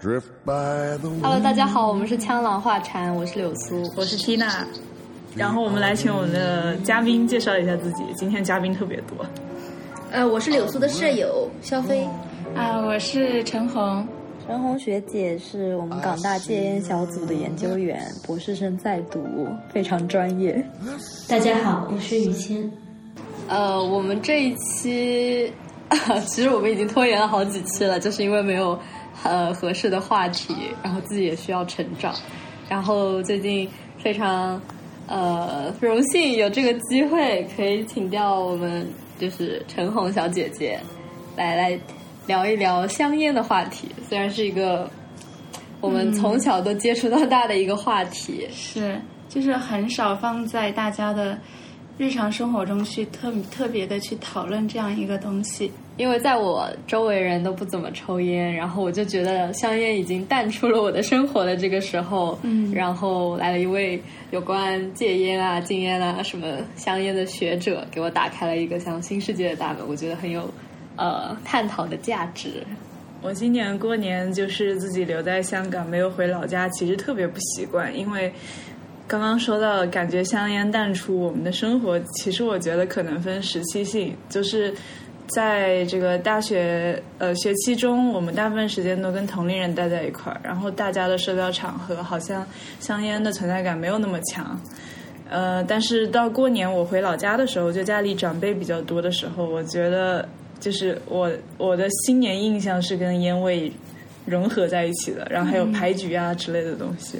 Hello， 大家好，我们是枪狼画禅，我是柳苏， 我是 Tina。然后我们来请我们的嘉宾介绍一下自己，今天嘉宾特别多。 我是柳苏的舍友肖飞。 我是陈红。 陈红学姐是我们港大戒烟小组的研究员，博士生在读，非常专业。 大家好，我是于谦。 我们这一期其实我们已经拖延了好几期了，就是因为没有合适的话题，然后自己也需要成长，然后最近非常荣幸有这个机会可以请到我们就是陈红小姐姐来聊一聊香烟的话题，虽然是一个我们从小都接触到大的一个话题， 是就是很少放在大家的日常生活中去特别的去讨论这样一个东西。 因为在我周围人都不怎么抽烟，然后我就觉得香烟已经淡出了我的生活的这个时候，然后来了一位有关戒烟啊、禁烟啊什么香烟的学者，给我打开了一个像新世界的大门，我觉得很有探讨的价值。 我今年过年就是自己留在香港，没有回老家，其实特别不习惯，因为刚刚说到感觉香烟淡出我们的生活，其实我觉得可能分时期性，就是在这个大学学期中，我们大部分时间都跟同龄人待在一块儿，然后大家的社交场合好像香烟的存在感没有那么强。但是到过年我回老家的时候，就家里长辈比较多的时候，我觉得就是我的新年印象是跟烟味融合在一起的，然后还有牌局啊之类的东西。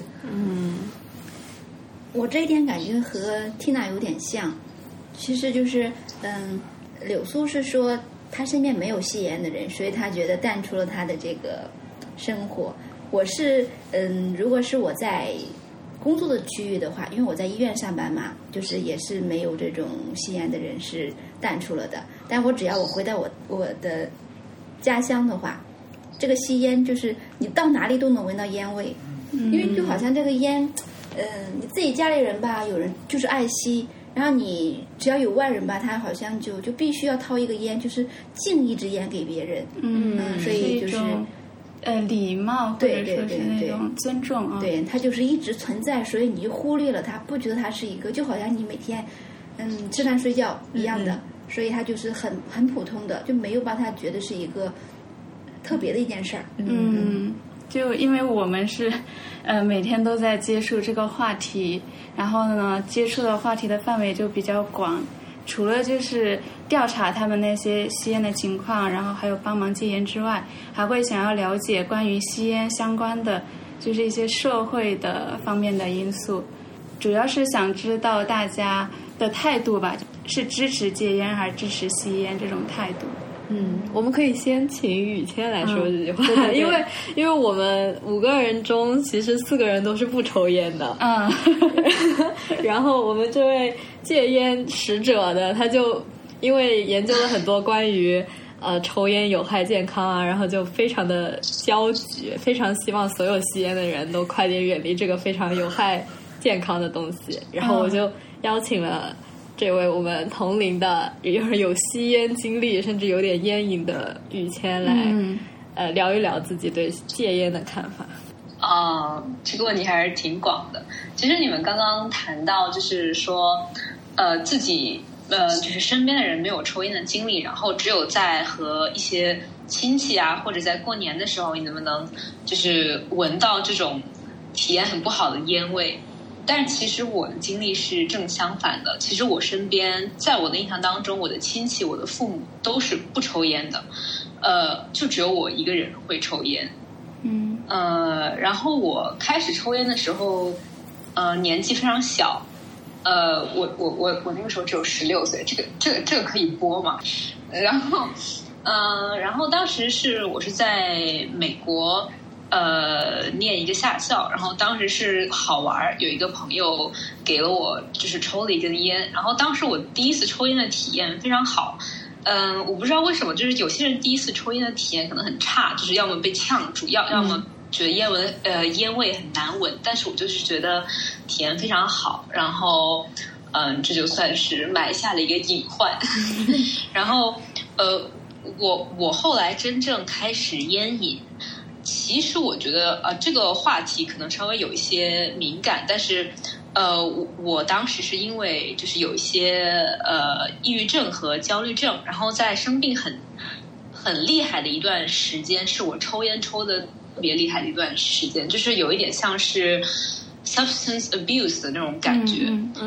我这一点感觉和 Tina 有点像，其实就是柳苏是说他身边没有吸烟的人，所以他觉得淡出了他的这个生活。我是如果是我在工作的区域的话，因为我在医院上班嘛，就是也是没有这种吸烟的人是淡出了的。但我只要我回到我的家乡的话，这个吸烟就是你到哪里都能闻到烟味，因为就好像这个烟你自己家里人吧，有人就是爱吸，然后你只要有外人吧，他好像就必须要掏一个烟，就是敬一支烟给别人。所以就是礼貌，或者说是那种尊重啊。 对，它就是一直存在，所以你就忽略了它，不觉得它是一个，就好像你每天吃饭睡觉一样的，所以它就是很普通的，就没有把它觉得是一个特别的一件事儿。 就因为我们是每天都在接触这个话题，然后呢接触的话题的范围就比较广，除了就是调查他们那些吸烟的情况，然后还有帮忙戒烟之外，还会想要了解关于吸烟相关的就是一些社会的方面的因素，主要是想知道大家的态度吧，是支持戒烟还是支持吸烟这种态度。 我们可以先请雨谦来说这句话， 对， 因为我们5个人中其实4个人都是不抽烟的。然后我们这位戒烟使者的，他就因为研究了很多关于抽烟有害健康啊，然后就非常的焦急，非常希望所有吸烟的人都快点远离这个非常有害健康的东西。然后我就邀请了这位我们同龄的有吸烟经历甚至有点烟瘾的雨谦来聊一聊自己对戒烟的看法。 这个问题还是挺广的。其实你们刚刚谈到就是说自己就是身边的人没有抽烟的经历，然后只有在和一些亲戚啊或者在过年的时候，你能不能就是闻到这种体验很不好的烟味。但是其实我的经历是正相反的，其实我身边在我的印象当中，我的亲戚我的父母都是不抽烟的，就只有我一个人会抽烟。然后我开始抽烟的时候年纪非常小，我那个时候只有16岁，这个可以播嘛？然后当时我是在美国念一个夏校，然后当时是好玩，有一个朋友给了我就是抽了一根烟，然后当时我第一次抽烟的体验非常好。我不知道为什么，就是有些人第一次抽烟的体验可能很差，就是要么被呛住，要么觉得烟味很难闻，但是我就是觉得体验非常好，然后这就算是埋下了一个隐患。然后我后来真正开始烟瘾， 其实我觉得这个话题可能稍微有一些敏感，但是我当时是因为就是有一些抑郁症和焦虑症，然后在生病很厉害的一段时间，是我抽烟抽的特别厉害的一段时间，就是有一点像是 substance abuse 的那种感觉。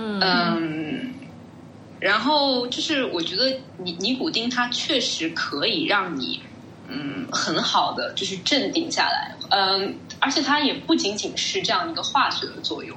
然后就是我觉得尼古丁它确实可以让你很好的就是镇定下来，而且它也不仅仅是这样一个化学的作用。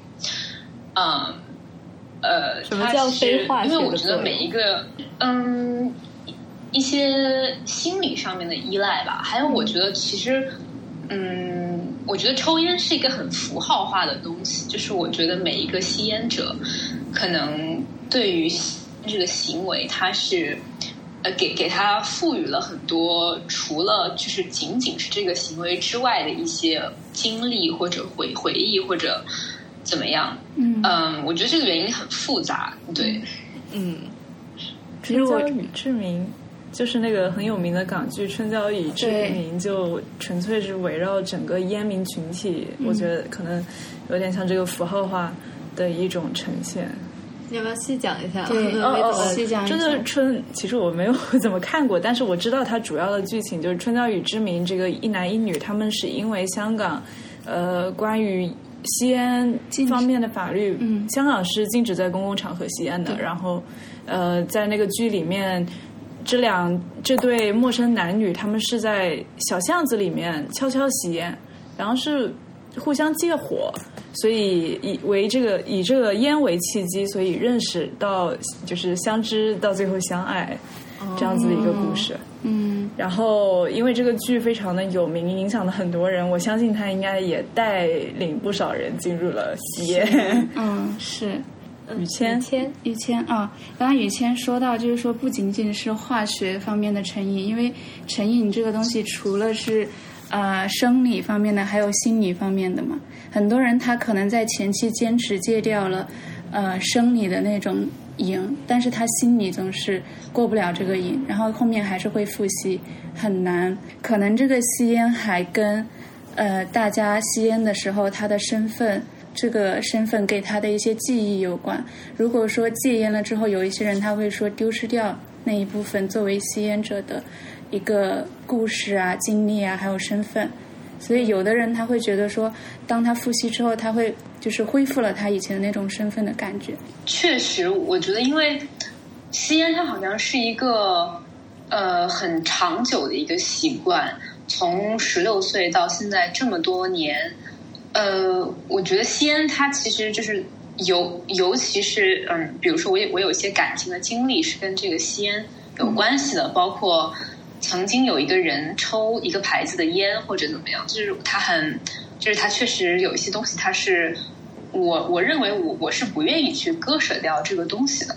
什么叫非化学的作用？ 因为我觉得每一个一些心理上面的依赖吧，还有我觉得其实我觉得抽烟是一个很符号化的东西，就是我觉得每一个吸烟者可能对于这个行为它是给他赋予了很多除了就是仅仅是这个行为之外的一些经历或者回忆或者怎么样。我觉得这个原因很复杂。对。 春娇与志明就是那个很有名的港剧《春娇与志明》，就纯粹是围绕整个烟民群体，我觉得可能有点像这个符号化的一种呈现。 你要不要细讲一下？ 对，细讲一下。 真的其实我没有怎么看过，但是我知道它主要的剧情就是《春娇与志明》这个一男一女，他们是因为香港关于吸烟方面的法律，香港是禁止在公共场合吸烟的。然后在那个剧里面，这对陌生男女，他们是在小巷子里面悄悄吸烟，然后是互相借火，所以以这个烟为契机，所以认识到就是相知到最后相爱，这样子的一个故事。然后因为这个剧非常的有名，影响了很多人，我相信他应该也带领不少人进入了吸烟。 是。 雨谦啊，刚刚雨谦说到，就是说不仅仅是化学方面的成瘾，因为成瘾这个东西除了是生理方面的，还有心理方面的嘛。很多人他可能在前期坚持戒掉了生理的那种瘾，但是他心里总是过不了这个瘾，然后后面还是会复吸，很难。可能这个吸烟还跟大家吸烟的时候他的这个身份给他的一些记忆有关。如果说戒烟了之后，有一些人他会说丢失掉那一部分作为吸烟者的一个故事啊、经历啊，还有身份。所以有的人他会觉得说，当他复吸之后，他会就是恢复了他以前的那种身份的感觉。 确实，我觉得因为吸烟它好像是一个很长久的一个习惯，从16岁到现在这么多年。我觉得吸烟它其实就是尤其是比如说我有一些感情的经历是跟这个吸烟有关系的，包括曾经有一个人抽一个牌子的烟或者怎么样，就是他确实有一些东西，他是我认为我是不愿意去割舍掉这个东西的。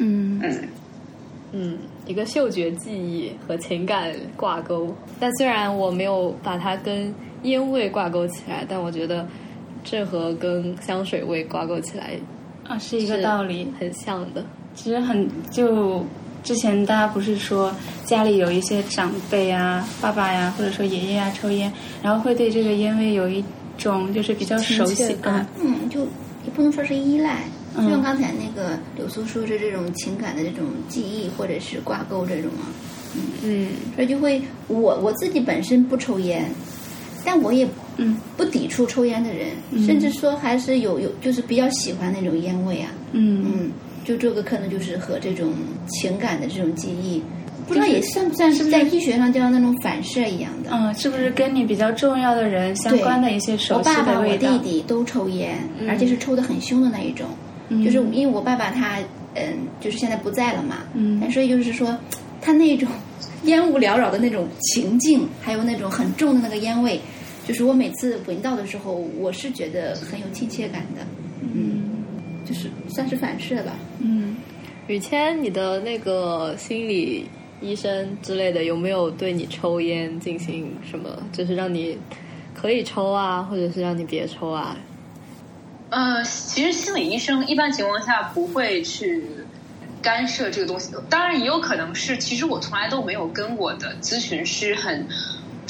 一个嗅觉记忆和情感挂钩，但虽然我没有把它跟烟味挂钩起来，但我觉得这和跟香水味挂钩起来是一个道理， 很像的。 其实就之前大家不是说家里有一些长辈啊、爸爸呀，或者说爷爷呀抽烟，然后会对这个烟味有一种就是比较熟悉感。 就也不能说是依赖，就像刚才那个柳苏说是这种情感的这种记忆或者是挂钩这种啊。所以就会我自己本身不抽烟，但我也不抵触抽烟的人，甚至说还是有就是比较喜欢那种烟味啊。就这个可能就是和这种情感的这种记忆，不知道也算不算是在医学上叫那种反射一样的。 是不是跟你比较重要的人相关的一些熟悉的味道？ 我爸爸、我弟弟都抽烟，而且是抽得很凶的那一种。就是因为我爸爸他就是现在不在了嘛，所以就是说他那种烟雾缭绕的那种情境，还有那种很重的那个烟味，就是我每次闻到的时候，我是觉得很有亲切感的。就是算是反射吧。 雨谦，你的那个心理医生之类的有没有对你抽烟进行什么，就是让你可以抽啊，或者是让你别抽啊？ 其实心理医生一般情况下不会去干涉这个东西，当然也有可能是其实我从来都没有跟我的咨询师很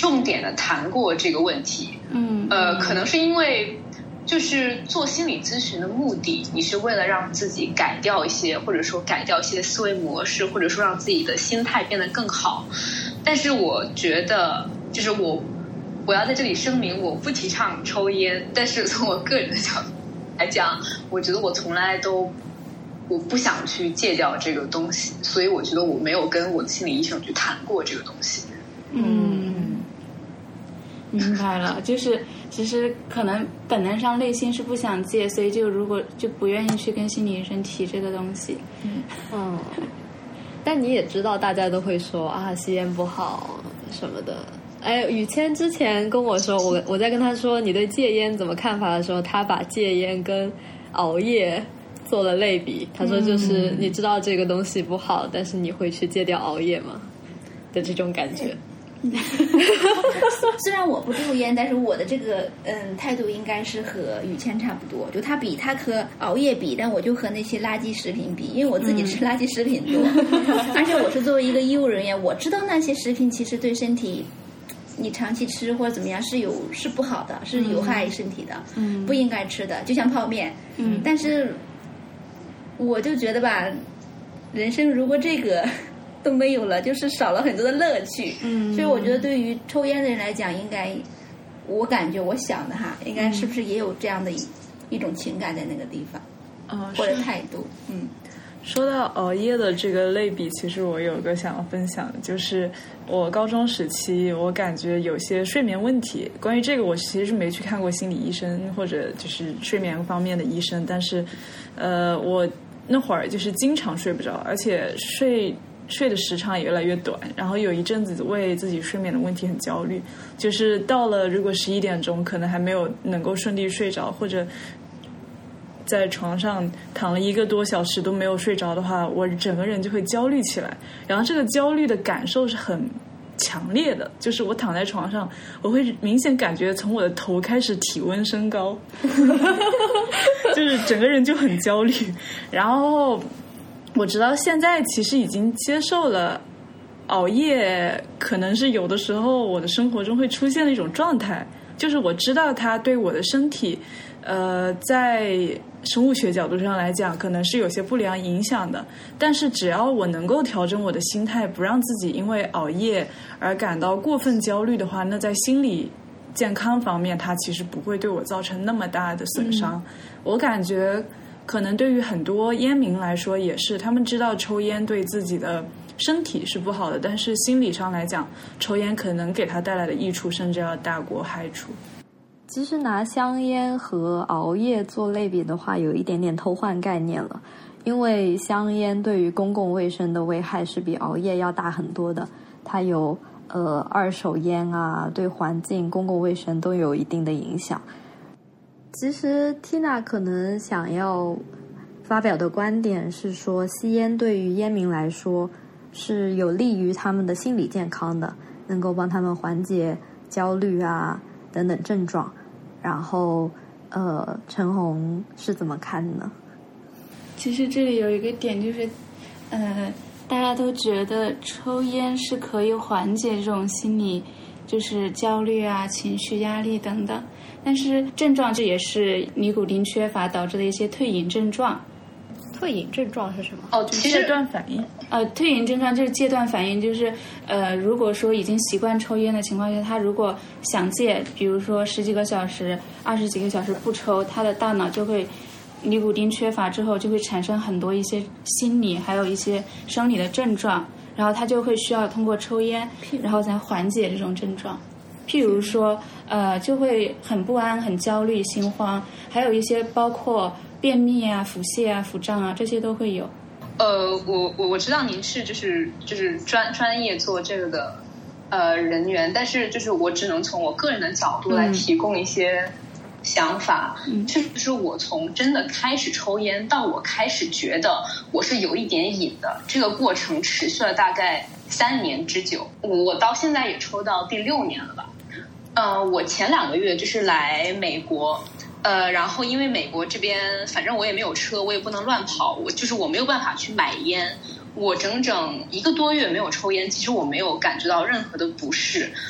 重点的谈过这个问题。可能是因为就是做心理咨询的目的，你是为了让自己改掉一些，或者说改掉一些思维模式，或者说让自己的心态变得更好。但是我觉得就是我要在这里声明，我不提倡抽烟，但是从我个人的角度来讲，我觉得我从来都我不想去戒掉这个东西，所以我觉得我没有跟我的心理医生去谈过这个东西。 明白了，就是其实可能本能上内心是不想戒，所以如果就不愿意去跟心理医生提这个东西。 但你也知道大家都会说啊吸烟不好什么的。雨谦之前跟我说，我在跟他说你对戒烟怎么看法的时候，他把戒烟跟熬夜做了类比。他说就是你知道这个东西不好，但是你会去戒掉熬夜吗的这种感觉。 虽然我不抽烟，但是我的这个态度应该是和雨谦差不多，就他和熬夜比，但我就和那些垃圾食品比，因为我自己吃垃圾食品多，而且我是作为一个医务人员，我知道那些食品其实对身体你长期吃或者怎么样是不好的，是有害身体的，不应该吃的，就像泡面。但是我就觉得吧，人生如果这个都没有了，就是少了很多的乐趣。所以我觉得对于抽烟的人来讲，应该我感觉我想的哈，应该是不是也有这样的一种情感在那个地方，或者态度。 说到熬夜的这个类比，其实我有个想要分享的，就是我高中时期我感觉有些睡眠问题，关于这个我其实是没去看过心理医生或者就是睡眠方面的医生，但是我那会儿就是经常睡不着，而且睡的时长也越来越短，然后有一阵子为自己睡眠的问题很焦虑，就是到了如果11点钟可能还没有能够顺利睡着，或者在床上躺了1个多小时都没有睡着的话，我整个人就会焦虑起来，然后这个焦虑的感受是很强烈的，就是我躺在床上，我会明显感觉从我的头开始体温升高就是整个人就很焦虑。然后我直到现在其实已经接受了熬夜可能是有的时候我的生活中会出现的一种状态，就是我知道它对我的身体在生物学角度上来讲可能是有些不良影响的，但是只要我能够调整我的心态，不让自己因为熬夜而感到过分焦虑的话，那在心理健康方面它其实不会对我造成那么大的损伤。我感觉可能对于很多烟民来说也是，他们知道抽烟对自己的身体是不好的，但是心理上来讲，抽烟可能给他带来的益处甚至要大过害处。 其实拿香烟和熬夜做类比的话，有一点点偷换概念了，因为香烟对于公共卫生的危害是比熬夜要大很多的，它有二手烟啊，对环境公共卫生都有一定的影响。其实 Tina 可能想要发表的观点是说，吸烟对于烟民来说是有利于他们的心理健康的，能够帮他们缓解焦虑啊等等症状。然后陈红是怎么看呢？ 其实这里有一个点就是大家都觉得抽烟是可以缓解这种心理就是焦虑啊、情绪压力等等，但是症状这也是尼古丁缺乏导致的一些退隐症状。 退隐症状是什么？ 戒断反应。 退隐症状就是戒断反应，就是如果说已经习惯抽烟的情况下，他如果想戒，比如说10几个小时、20几个小时不抽，他的大脑就会尼古丁缺乏之后就会产生很多一些心理还有一些生理的症状，然后他就会需要通过抽烟然后才缓解这种症状。譬如说就会很不安、很焦虑、心慌，还有一些包括便秘啊、腹泻啊、腹胀啊，这些都会有。 我知道您是就是专业做这个的人员，但是就是我只能从我个人的角度来提供一些想法。就是我从真的开始抽烟到我开始觉得我是有一点瘾的，这个过程持续了大概3年之久，我到现在也抽到第6年了吧。我前2个月就是来美国。然后因为美国这边反正我也没有车，我也不能乱跑，我没有办法去买烟，我整整1个多月没有抽烟，其实我没有感觉到任何的不适。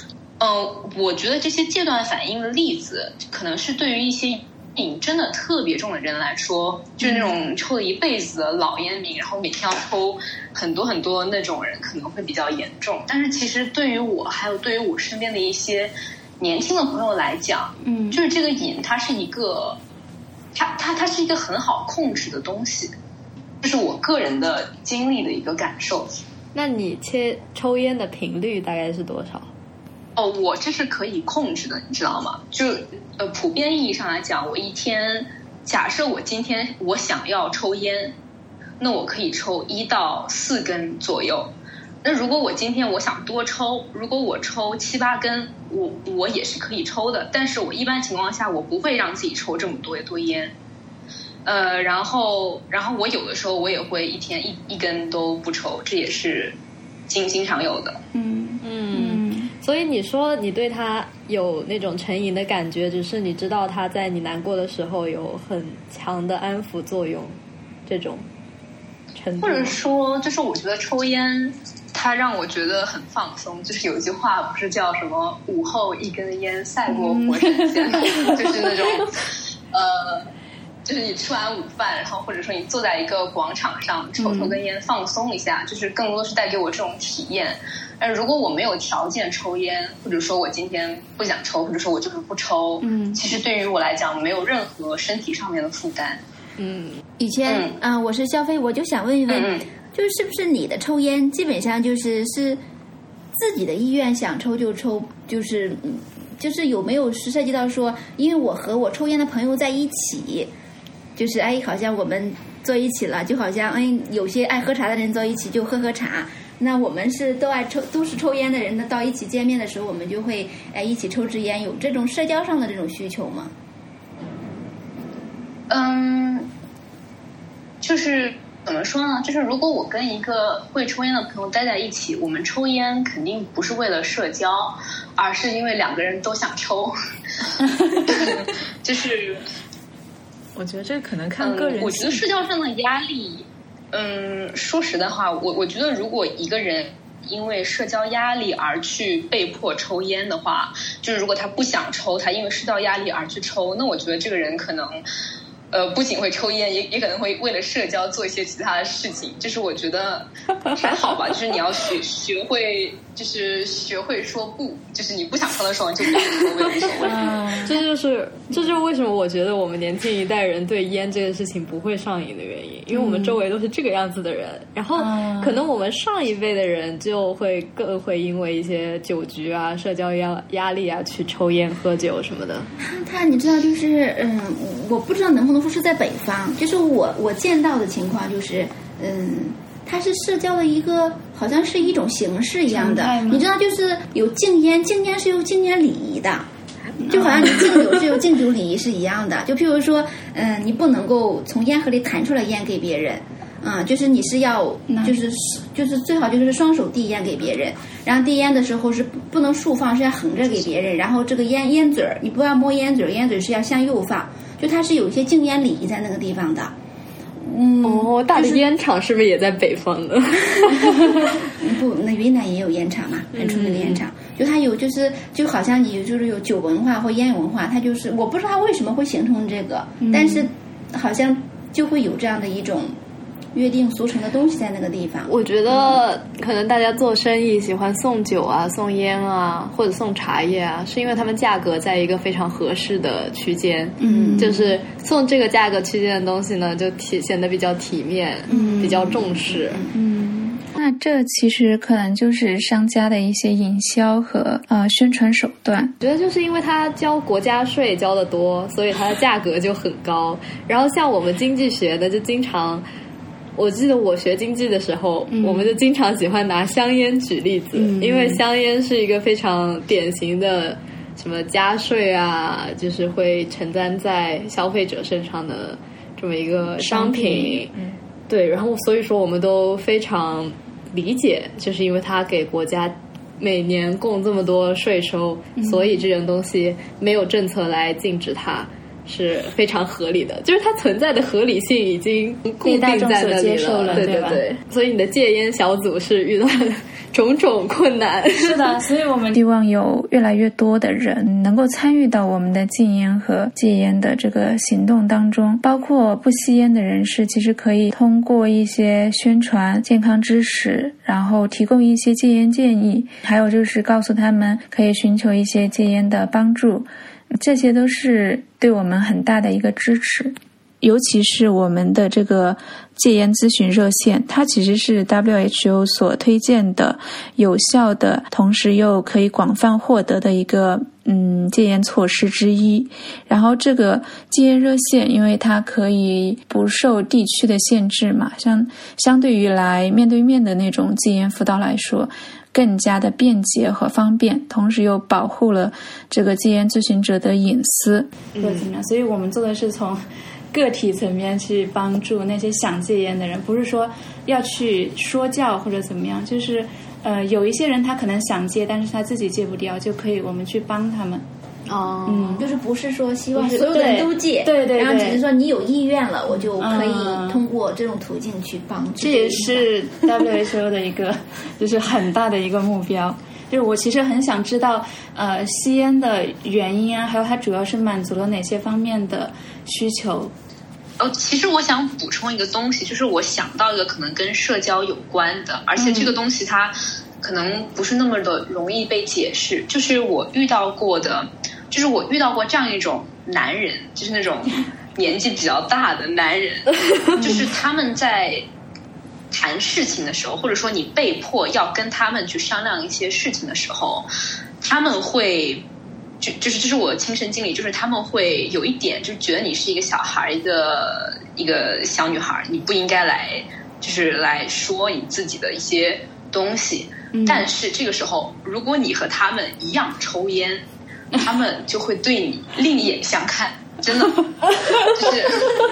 我觉得这些戒断反应的例子，可能是对于一些瘾真的特别重的人来说，就是那种抽了一辈子的老烟民，然后每天要抽很多很多那种人，可能会比较严重。但是其实对于我，还有对于我身边的一些年轻的朋友来讲，就是这个瘾，它是一个，它是一个很好控制的东西，这是我个人的经历的一个感受。 那你抽烟的频率大概是多少？ 我这是可以控制的，你知道吗？就普遍意义上来讲，我一天，假设我今天我想要抽烟，那我可以抽1到4根左右。那如果我今天我想多抽，如果我抽7、8根，我也是可以抽的。但是我一般情况下我不会让自己抽这么多烟。然后我有的时候我也会一天一根都不抽，这也是经常有的。 所以你说你对他有那种成瘾的感觉，只是你知道他在你难过的时候有很强的安抚作用，这种程度。 或者说，就是我觉得抽烟它让我觉得很放松。就是有一句话不是叫什么“午后一根烟赛过活神仙”，就是那种就是你吃完午饭，然后或者说你坐在一个广场上抽根烟放松一下，就是更多是带给我这种体验。但如果我没有条件抽烟，或者说我今天不想抽，或者说我就是不抽，其实对于我来讲没有任何身体上面的负担。 以前我是肖飞，我就想问一问，就是不是你的抽烟基本上就是自己的意愿想抽就抽，就是有没有涉及到说，因为我和我抽烟的朋友在一起，就是好像我们坐一起了，就好像有些爱喝茶的人坐一起就喝茶。那我们是都是抽烟的人，那到一起见面的时候，我们就会一起抽支烟，有这种社交上的这种需求吗？ 就是怎么说呢？就是如果我跟一个会抽烟的朋友待在一起，我们抽烟肯定不是为了社交，而是因为2个人都想抽。就是我觉得这可能看个人。 我觉得社交上的压力。说实在话，我觉得如果一个人因为社交压力而去被迫抽烟的话，就是如果他不想抽，他因为社交压力而去抽，那我觉得这个人可能不仅会抽烟，也可能会为了社交做一些其他的事情。就是我觉得还好吧，就是你要学会，就是学会说不，就是你不想抽的时候你就不抽，我也无所谓。 这就是为什么我觉得我们年轻一代人对烟这个事情不会上瘾的原因，因为我们周围都是这个样子的人，然后可能我们上一辈的人就会更会因为一些酒局啊、社交压力啊去抽烟喝酒什么的。 你知道，就是我不知道能不能说是在北方，就是我见到的情况就是它是社交的一个好像是一种形式一样的，你知道，就是有禁烟是有禁烟礼仪的，就好像你敬酒是有敬酒礼仪是一样的。就譬如说你不能够从烟盒里弹出来烟给别人就是你是要就是最好就是双手递烟给别人，然后递烟的时候是不能竖放，是要横着给别人，然后这个烟嘴你不要摸烟嘴，烟嘴是要向右放，就它是有一些禁烟礼仪在那个地方的。 大的烟厂是不是也在北方呢？ 不，那云南也有烟厂嘛，很出名的烟厂。就它有，就好像就是有酒文化或烟文化，它就是我不知道它为什么会形成这个，但是好像就会有这样的一种约定俗成的东西在那个地方。 我觉得可能大家做生意喜欢送酒啊、送烟啊，或者送茶叶啊，是因为他们价格在一个非常合适的区间。就是送这个价格区间的东西呢，就显得比较体面，比较重视。 那这其实可能就是商家的一些营销和宣传手段。 我觉得就是因为他交国家税交得多，所以它的价格就很高。然后像我们经济学的就经常，我记得我学经济的时候，我们就经常喜欢拿香烟举例子，因为香烟是一个非常典型的什么加税啊，就是会承担在消费者身上的这么一个商品。对，然后所以说我们都非常理解，就是因为它给国家每年供这么多税收，所以这种东西没有政策来禁止它。 是非常合理的，就是它存在的合理性已经固定在那里了，对对对。所以你的戒烟小组是遇到了种种困难。 是的，所以我们希望有越来越多的人能够参与到我们的禁烟和戒烟的这个行动当中，包括不吸烟的人士，其实可以通过一些宣传健康知识，然后提供一些戒烟建议，还有就是告诉他们可以寻求一些戒烟的帮助，这些都是对我们很大的一个支持。尤其是我们的这个戒烟咨询热线，它其实是 WHO 所推荐的有效的，同时又可以广泛获得的一个戒烟措施之一。然后这个戒烟热线，因为它可以不受地区的限制嘛，相对于来面对面的那种戒烟辅导来说，更加的便捷和方便，同时又保护了这个戒烟咨询者的隐私。 所以我们做的是从个体层面去帮助那些想戒烟的人，不是说要去说教或者怎么样，就是有一些人他可能想戒，但是他自己戒不掉，就可以我们去帮他们。 就是不是说希望所有的人都戒， 对， 然后只是说你有意愿了，我就可以通过这种途径去帮助。 这也是 WHO 的一个就是很大的一个目标。就是我其实很想知道吸烟的原因啊，还有它主要是满足了哪些方面的需求。 其实我想补充一个东西，就是我想到一个可能跟社交有关的，而且这个东西它可能不是那么的容易被解释。就是我遇到过这样一种男人，就是那种年纪比较大的男人，就是他们在谈事情的时候，或者说你被迫要跟他们去商量一些事情的时候，他们会这是我的亲身经历，就是他们会有一点就觉得你是一个小孩，一个小女孩，你不应该来说你自己的一些东西。但是这个时候，如果你和他们一样抽烟，他们就会对你另眼相看，真的，就是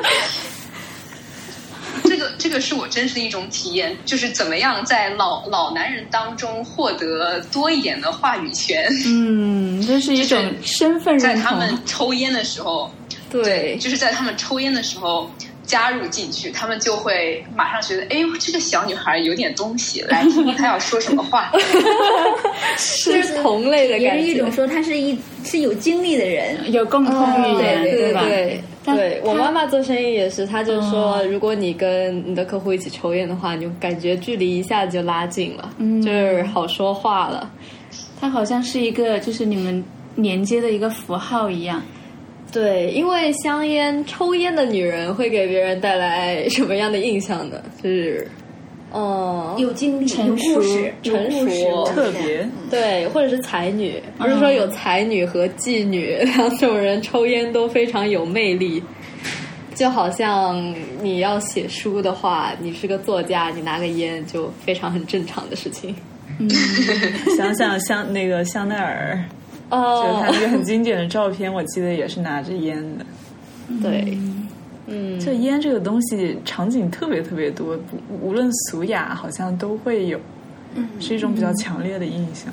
这个是我真实的一种体验，就是怎么样在老男人当中获得多一点的话语权。 这是一种身份认同。 在他们抽烟的时候，对，就是在他们抽烟的时候加入进去，他们就会马上觉得，哎，这个小女孩有点东西，来听听她要说什么话。 是同类的感觉， 也是一种说他是有经历的人， 有共同语言， 对吧？ 对，我妈妈做生意也是，她就说，如果你跟你的客户一起抽烟的话，你就感觉距离一下子就拉近了，就是好说话了。 它好像是一个就是你们连接的一个符号一样。 对，因为抽烟的女人会给别人带来什么样的印象呢？就是有经历、 成熟、 特别， 对，或者是才女。不是说有才女和妓女两种人抽烟都非常有魅力，就好像你要写书的话，你是个作家，你拿个烟就非常很正常的事情。 想想像那个香奈儿，就他那个很经典的照片，我记得也是拿着烟的。 对。 就烟这个东西场景特别特别多，无论俗雅好像都会有，是一种比较强烈的印象。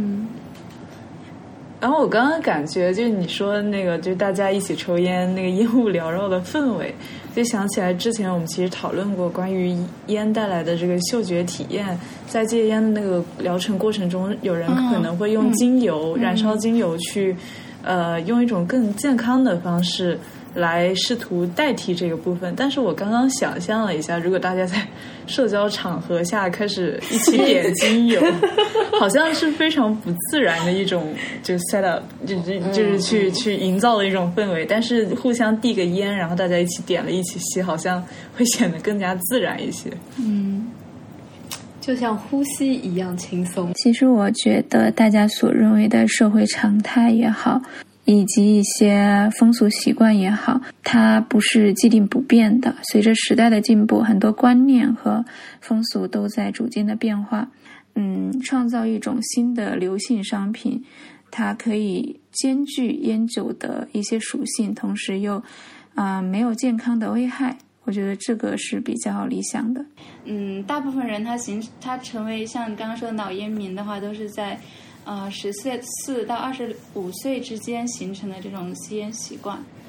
然后我刚刚感觉就是你说那个就大家一起抽烟那个烟雾缭绕的氛围，就想起来之前我们其实讨论过关于烟带来的这个嗅觉体验，在戒烟的那个疗程过程中，有人可能会用精油、燃烧精油去用一种更健康的方式来试图代替这个部分。但是我刚刚想象了一下，如果大家在社交场合下开始一起点精油，好像是非常不自然的一种就 set up， 就是去营造的一种氛围。但是互相递个烟，然后大家一起点了一起吸，好像会显得更加自然一些。 就像呼吸一样轻松。 其实我觉得大家所认为的社会常态也好，以及一些风俗习惯也好，它不是既定不变的。随着时代的进步，很多观念和风俗都在逐渐的变化。创造一种新的流行商品，它可以兼具烟酒的一些属性，同时又没有健康的危害。我觉得这个是比较理想的。 大部分人他成为像你刚刚说的脑烟民的话，都是在14到25岁之间形成的这种吸烟习惯。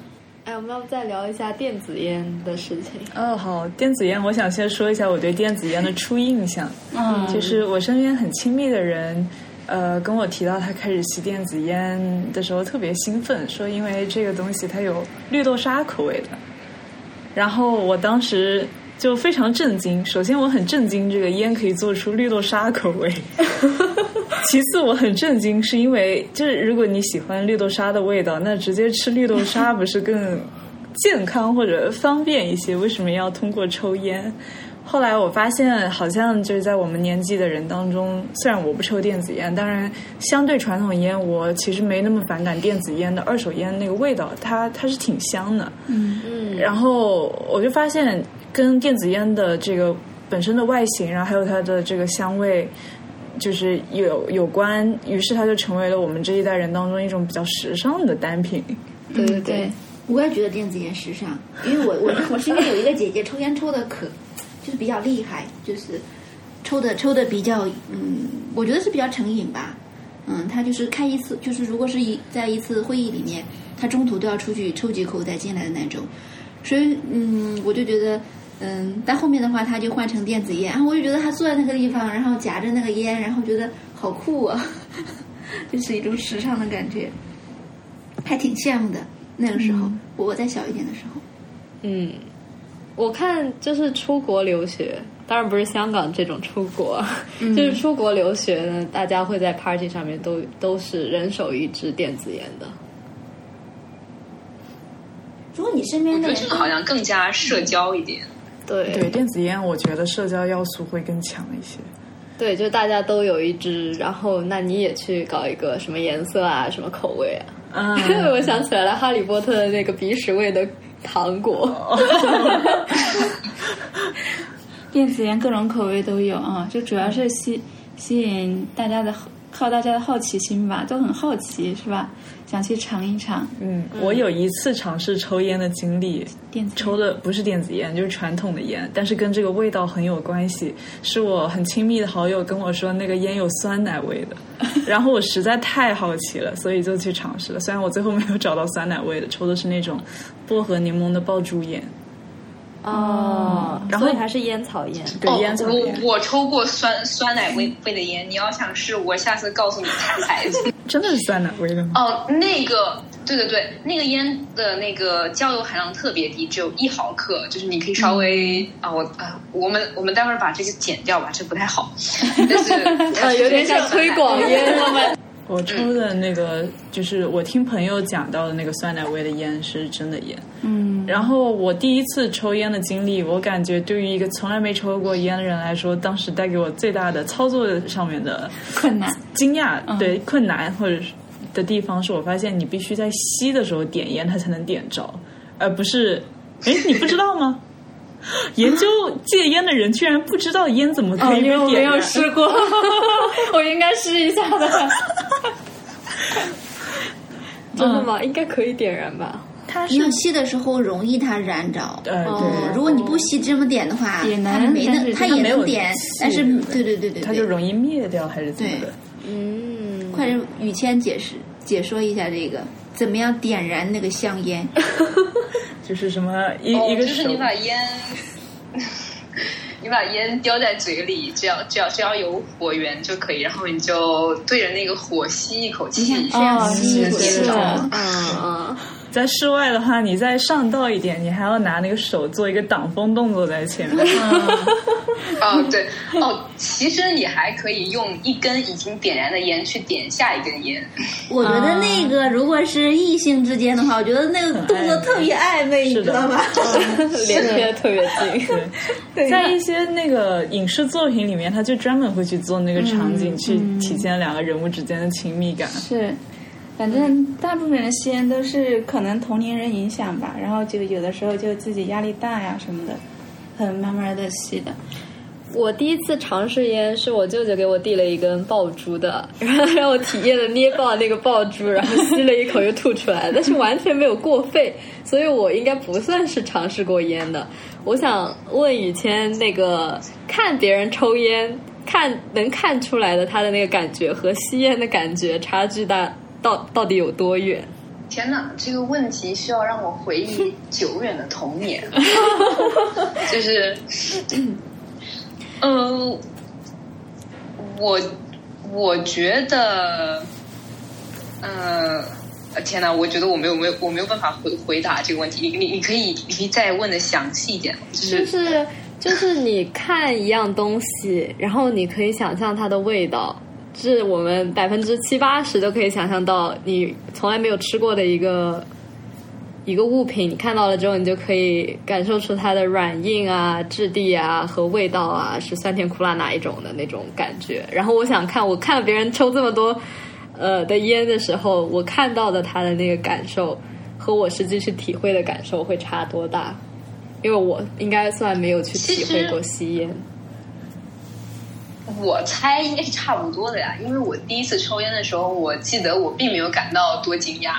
我们要不再聊一下电子烟的事情？ 好，电子烟，我想先说一下我对电子烟的初印象。就是我身边很亲密的人，跟我提到他开始吸电子烟的时候特别兴奋，说因为这个东西它有绿豆沙口味的。然后我当时就非常震惊，首先我很震惊这个烟可以做出绿豆沙口味。其次我很震惊是因为就是如果你喜欢绿豆沙的味道，那直接吃绿豆沙不是更健康或者方便一些，为什么要通过抽烟？后来我发现好像就是在我们年纪的人当中，虽然我不抽电子烟，当然相对传统烟我其实没那么反感电子烟的二手烟那个味道，它是挺香的。然后我就发现跟电子烟的这个本身的外形，然后还有它的这个香味就是有关，于是它就成为了我们这一代人当中一种比较时尚的单品。 对，我也觉得电子烟时尚，因为我身边有一个姐姐抽烟抽的就是比较厉害，就是抽的比较我觉得是比较成瘾吧。她就是开一次，就是如果是在一次会议里面，她中途都要出去抽几口再进来的那种。所以我就觉得但后面的话他就换成电子烟，然后我就觉得他坐在那个地方，然后夹着那个烟，然后觉得好酷啊，就是一种时尚的感觉，还挺羡慕的。那个时候我再小一点的时候。 我看就是出国留学，当然不是香港这种出国，就是出国留学呢，大家会在 party 上面都是人手一支电子烟的。 如果你身边的人， 我觉得这个好像更加社交一点。 对，电子烟我觉得社交要素会更强一些。 对，就大家都有一支，然后那你也去搞一个什么颜色啊，什么口味啊。我想起来了，哈利波特的那个鼻屎味的糖果。 电子烟各种口味都有啊，就主要是吸引大家的，靠大家的好奇心吧，都很好奇是吧？想去尝一尝。 我有一次尝试抽烟的经历，抽的不是电子烟，就是传统的烟，但是跟这个味道很有关系。是我很亲密的好友跟我说那个烟有酸奶味的，然后我实在太好奇了，所以就去尝试了。虽然我最后没有找到酸奶味的，抽的是那种薄荷柠檬的爆珠烟。 然后还是烟草烟。 对，烟草烟。 我抽过酸奶味的烟，你要想试，我下次告诉你看牌子。 真的是酸奶味的吗？ 那个对，那个烟的那个焦油含量特别低，只有1毫克，就是你可以稍微我们待会儿把这个剪掉吧，这不太好。但是有点像推广烟了吗？ 我抽的那个就是我听朋友讲到的那个酸奶味的烟是真的烟。然后我第一次抽烟的经历，我感觉对于一个从来没抽过烟的人来说，当时带给我最大的操作上面的困难、 惊讶，对困难或者的地方是我发现你必须在吸的时候点烟，它才能点着，而不是你不知道吗？研究戒烟的人居然不知道烟怎么可以被点燃。 因为我没有试过，我应该试一下的。真的吗？应该可以点燃吧？ 你要吸的时候容易它燃着。 对， 如果你不吸这么点的话， 也能它也能点，但是对， 它就容易灭掉还是怎么的？ 快让雨谦解说一下这个怎么样点燃那个香烟。 就是什么一个就是你把烟叼在嘴里，只要有火源就可以，然后你就对着那个火吸一口气， 这样吸一口气。 在室外的话，你再上道一点，你还要拿那个手做一个挡风动作在前面。 对，其实你还可以用一根已经点燃的烟去点下一根烟。 我觉得那个如果是异性之间的话，我觉得那个动作特别暧昧，你知道吗？ 连贴特别近。 对，在一些那个影视作品里面，他就专门会去做那个场景，去体现两个人物之间的亲密感。 是。反正大部分人吸烟都是可能同龄人影响吧，然后就有的时候就自己压力大呀什么的，很慢慢的吸的。 我第一次尝试烟是我舅舅给我递了一根爆珠的，然后让我体验了捏爆那个爆珠，然后吸了一口又吐出来，但是完全没有过肺，所以我应该不算是尝试过烟的。我想问雨谦，那个看别人抽烟能看出来的他的那个感觉和吸烟的感觉差距到底有多远？ 天哪，这个问题需要让我回忆久远的童年。就是我觉得天哪，我觉得我没有办法回答这个问题。你可以再问的详细一点。 就是你看一样东西，然后你可以想象它的味道，是我们70%-80%都可以想象到你从来没有吃过的一个物品，你看到了之后，你就可以感受出它的软硬啊、质地啊和味道啊，是酸甜苦辣哪一种的那种感觉。然后我看了别人抽这么多的烟的时候，我看到的他的那个感受和我实际去体会的感受会差多大？因为我应该算没有去体会过吸烟。 我猜应该是差不多的呀，因为我第一次抽烟的时候，我记得我并没有感到多惊讶。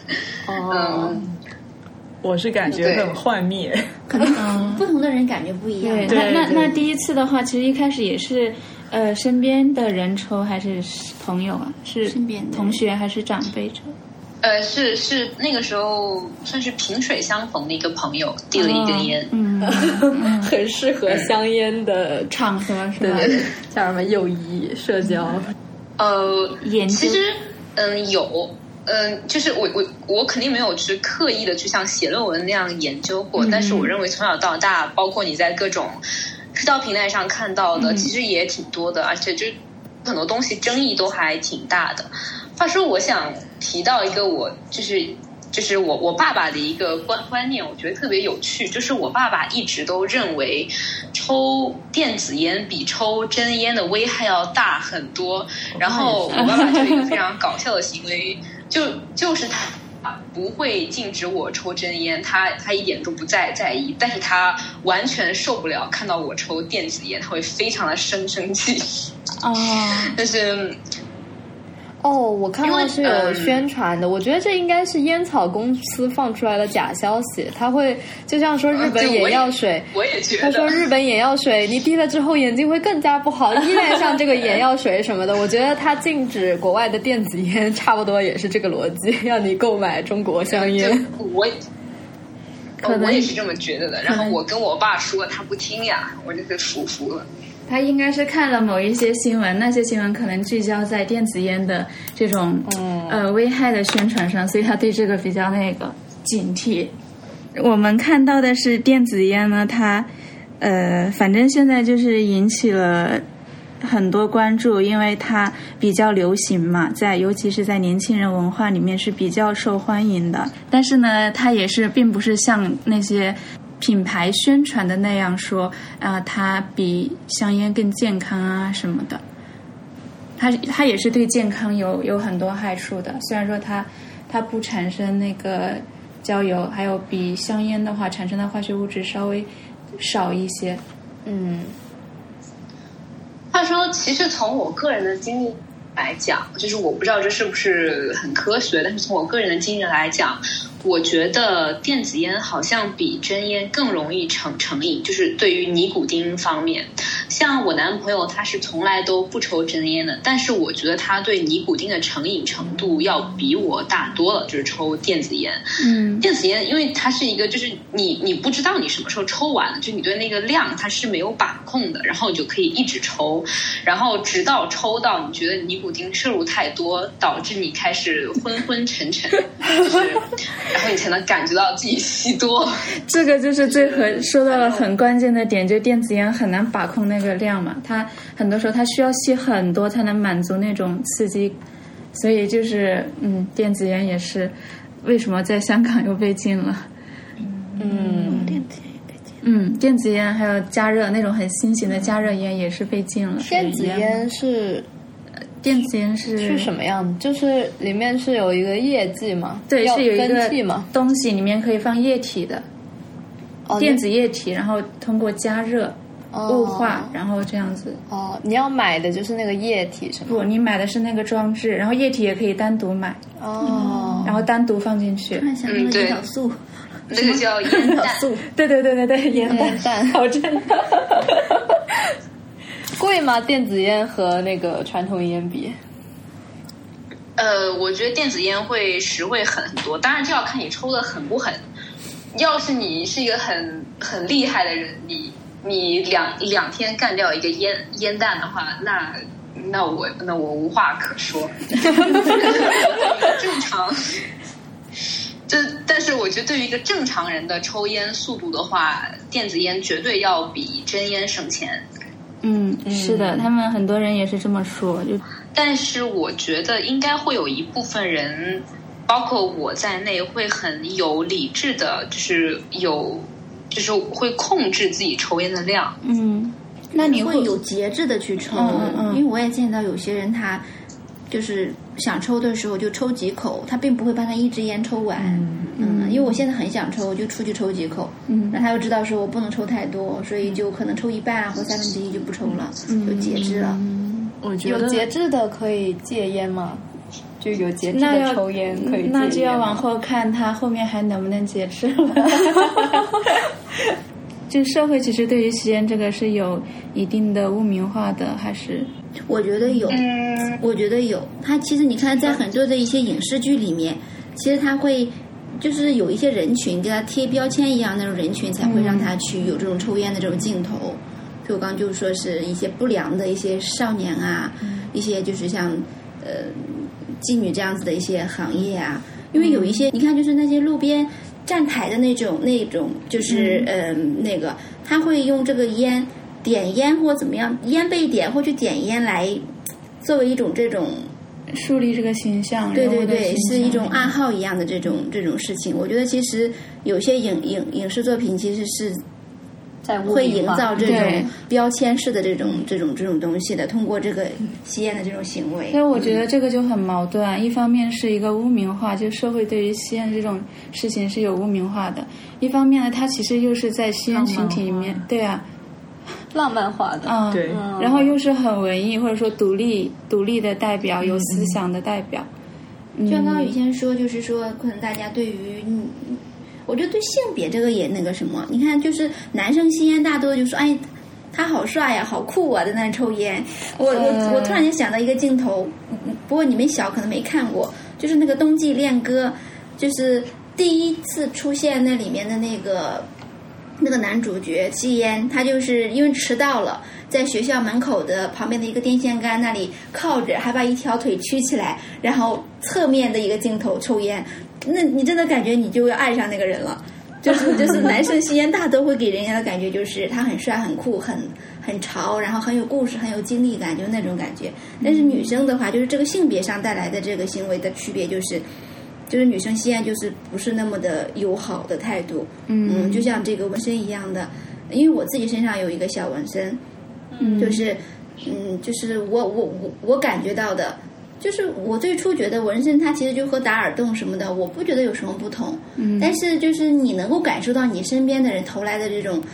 我是感觉很幻灭， 可能不同的人感觉不一样。 对，那第一次的话，其实一开始也是身边的人抽还是朋友啊？是身边的同学还是长辈抽？ 是那个时候算是萍水相逢的一个朋友递了一根烟， 很适合香烟的场合是吧？ 对，叫什么友谊社交。 研究其实有。就是我肯定没有去刻意的去像写论文那样研究过，但是我认为从小到大，包括你在各种社交平台上看到的，其实也挺多的，而且就很多东西争议都还挺大的。话说，我想提到一个就是我爸爸的一个观念，我觉得特别有趣，就是我爸爸一直都认为抽电子烟比抽真烟的危害要大很多。然后我爸爸就有一个非常搞笑的行为，就是他不会禁止我抽真烟，他一点都不在意，但是他完全受不了看到我抽电子烟，他会非常的生气。但是。 我看到是有宣传的，我觉得这应该是烟草公司放出来的假消息。他会就像说日本眼药水， 我也觉得， 他说日本眼药水你滴了之后眼睛会更加不好，依赖上这个眼药水什么的。我觉得他禁止国外的电子烟，差不多也是这个逻辑，让你购买中国香烟。 我也是这么觉得的。然后我跟我爸说，他不听呀，我就是服了。 他应该是看了某一些新闻，那些新闻可能聚焦在电子烟的这种危害的宣传上，所以他对这个比较警惕。我们看到的是电子烟呢，它反正现在就是引起了很多关注，因为它比较流行嘛，尤其是在年轻人文化里面是比较受欢迎的。但是呢，它也是并不是像那些品牌宣传的那样说它比香烟更健康啊什么的，它也是对健康有很多害处的。虽然说它不产生那个焦油，还有比香烟的话产生的化学物质稍微少一些。 话说，其实从我个人的经历来讲，就是我不知道这是不是很科学，但是从我个人的经历来讲，我觉得电子烟好像比真烟更容易成瘾，就是对于尼古丁方面。像我男朋友他是从来都不抽真烟的，但是我觉得他对尼古丁的成瘾程度要比我大多了，就是抽电子烟。电子烟因为它是一个就是你不知道你什么时候抽完了，就你对那个量它是没有把控的，然后你就可以一直抽，然后直到抽到你觉得尼古丁摄入太多，导致你开始昏昏沉沉，然后你才能感觉到自己吸多。 这个就是说到了很关键的点，就电子烟很难把控那个量嘛，它很多时候它需要吸很多才能满足那种刺激，所以就是电子烟也是为什么在香港又被禁了。 电子烟也被禁。 电子烟还有加热那种很新型的加热烟也是被禁了。 电子烟是什么样的？就是里面是有一个液剂吗？ 对，是有一个东西里面可以放液体的，电子液体，然后通过加热雾化，然后这样子。 你要买的就是那个液体是吗？ 不，你买的是那个装置，然后液体也可以单独买。然后单独放进去。 突然想到了胰岛素， 那个叫烟弹素。 对，烟弹，好真的。 贵吗？电子烟和那个传统烟比？ 我觉得电子烟会实惠很多，当然这要看你抽的狠不狠。要是你是一个很厉害的人，你两天干掉一个烟弹的话，那我无话可说。正常，但是我觉得对于一个正常人的抽烟速度的话，电子烟绝对要比真烟省钱。 是的，他们很多人也是这么说。 但是我觉得应该会有一部分人，包括我在内，会很有理智的，就是会控制自己抽烟的量。 那你会有节制的去抽，因为我也见到有些人他就是想抽的时候就抽几口，他并不会把他一支烟抽完。因为我现在很想抽，我就出去抽几口。那他又知道说我不能抽太多，所以就可能抽一半或1/3就不抽了，有节制了。 我觉得有节制的可以戒烟吗？就有节制的抽烟可以戒烟吗？ 那就要往后看他后面还能不能节制了。就社会其实对于吸烟这个是有一定的污名化的，还是？ 我觉得有，我觉得有。他其实你看，在很多的一些影视剧里面，其实他会就是有一些人群给他贴标签一样那种人群，才会让他去有这种抽烟的这种镜头。就我刚就是说是一些不良的一些少年啊，一些就是像妓女这样子的一些行业啊，因为有一些你看就是那些路边站台的那种就是那个他会用这个点烟或怎么样，烟被点或去点烟来作为一种这种树立这个形象。 对对对，是一种暗号一样的这种事情。我觉得其实有些影视作品其实是会营造这种标签式的这种东西的，通过这个吸烟的这种行为。 所以我觉得这个就很矛盾，一方面是一个污名化，就社会对于吸烟这种事情是有污名化的，一方面呢它其实又是在吸烟群体里面，对啊， 浪漫化的， 对， 然后又是很文艺或者说独立的代表，有思想的代表。 就像刚刚雨谦说，就是说可能大家对于我觉得对性别这个也那个什么，你看就是男生吸烟大多就说哎他好帅呀好酷啊在那抽烟。我突然间想到一个镜头，不过你们小可能没看过，就是那个冬季恋歌，就是第一次出现那里面的那个男主角吸烟，他就是因为迟到了，在学校门口的旁边的一个电线杆那里靠着，还把一条腿曲起来，然后侧面的一个镜头抽烟。那你真的感觉你就要爱上那个人了，就是男生吸烟大都会给人家的感觉就是他很帅很酷很潮，然后很有故事很有经历感，就是那种感觉。但是女生的话，就是这个性别上带来的这个行为的区别就是女生吸烟就是不是那么的友好的态度。就像这个纹身一样的，因为我自己身上有一个小纹身，就是我感觉到的，就是我最初觉得纹身它其实就和打耳洞什么的，我不觉得有什么不同。但是就是你能够感受到你身边的人投来的这种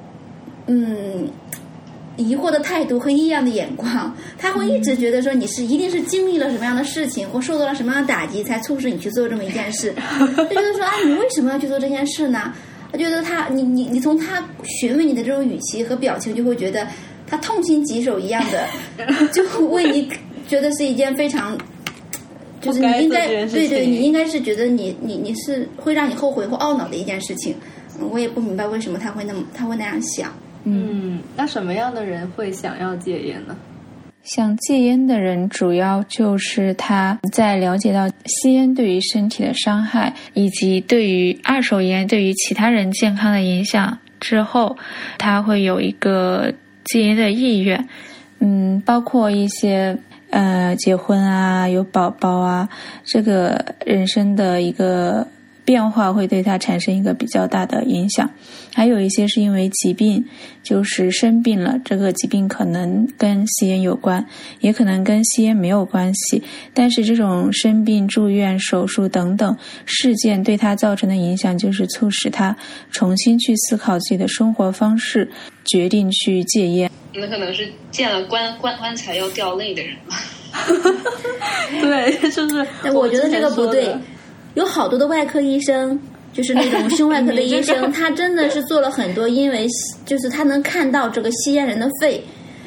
疑惑的态度和异样的眼光，他会一直觉得说你一定是经历了什么样的事情或受到了什么样的打击才促使你去做这么一件事，就觉得说你为什么要去做这件事呢？我觉得你从他询问你的这种语气和表情就会觉得他痛心疾首一样的就为你觉得是一件非常就是你应该对你应该是觉得你是会让你后悔或懊恼的一件事情。我也不明白为什么他会那样想。 那什么样的人会想要戒烟呢？ 想戒烟的人主要就是他在了解到吸烟对于身体的伤害以及对于二手烟对于其他人健康的影响之后，他会有一个戒烟的意愿。包括一些结婚啊有宝宝啊，这个人生的一个变化会对他产生一个比较大的影响。还有一些是因为疾病，就是生病了，这个疾病可能跟吸烟有关，也可能跟吸烟没有关系，但是这种生病住院手术等等事件对他造成的影响，就是促使他重新去思考自己的生活方式，决定去戒烟。 那可能是见了棺材要掉泪的人吧。 对，就是我觉得这个不对，有好多的外科医生，就是那种胸外科的医生他真的是做了很多，因为就是他能看到这个吸烟人的肺，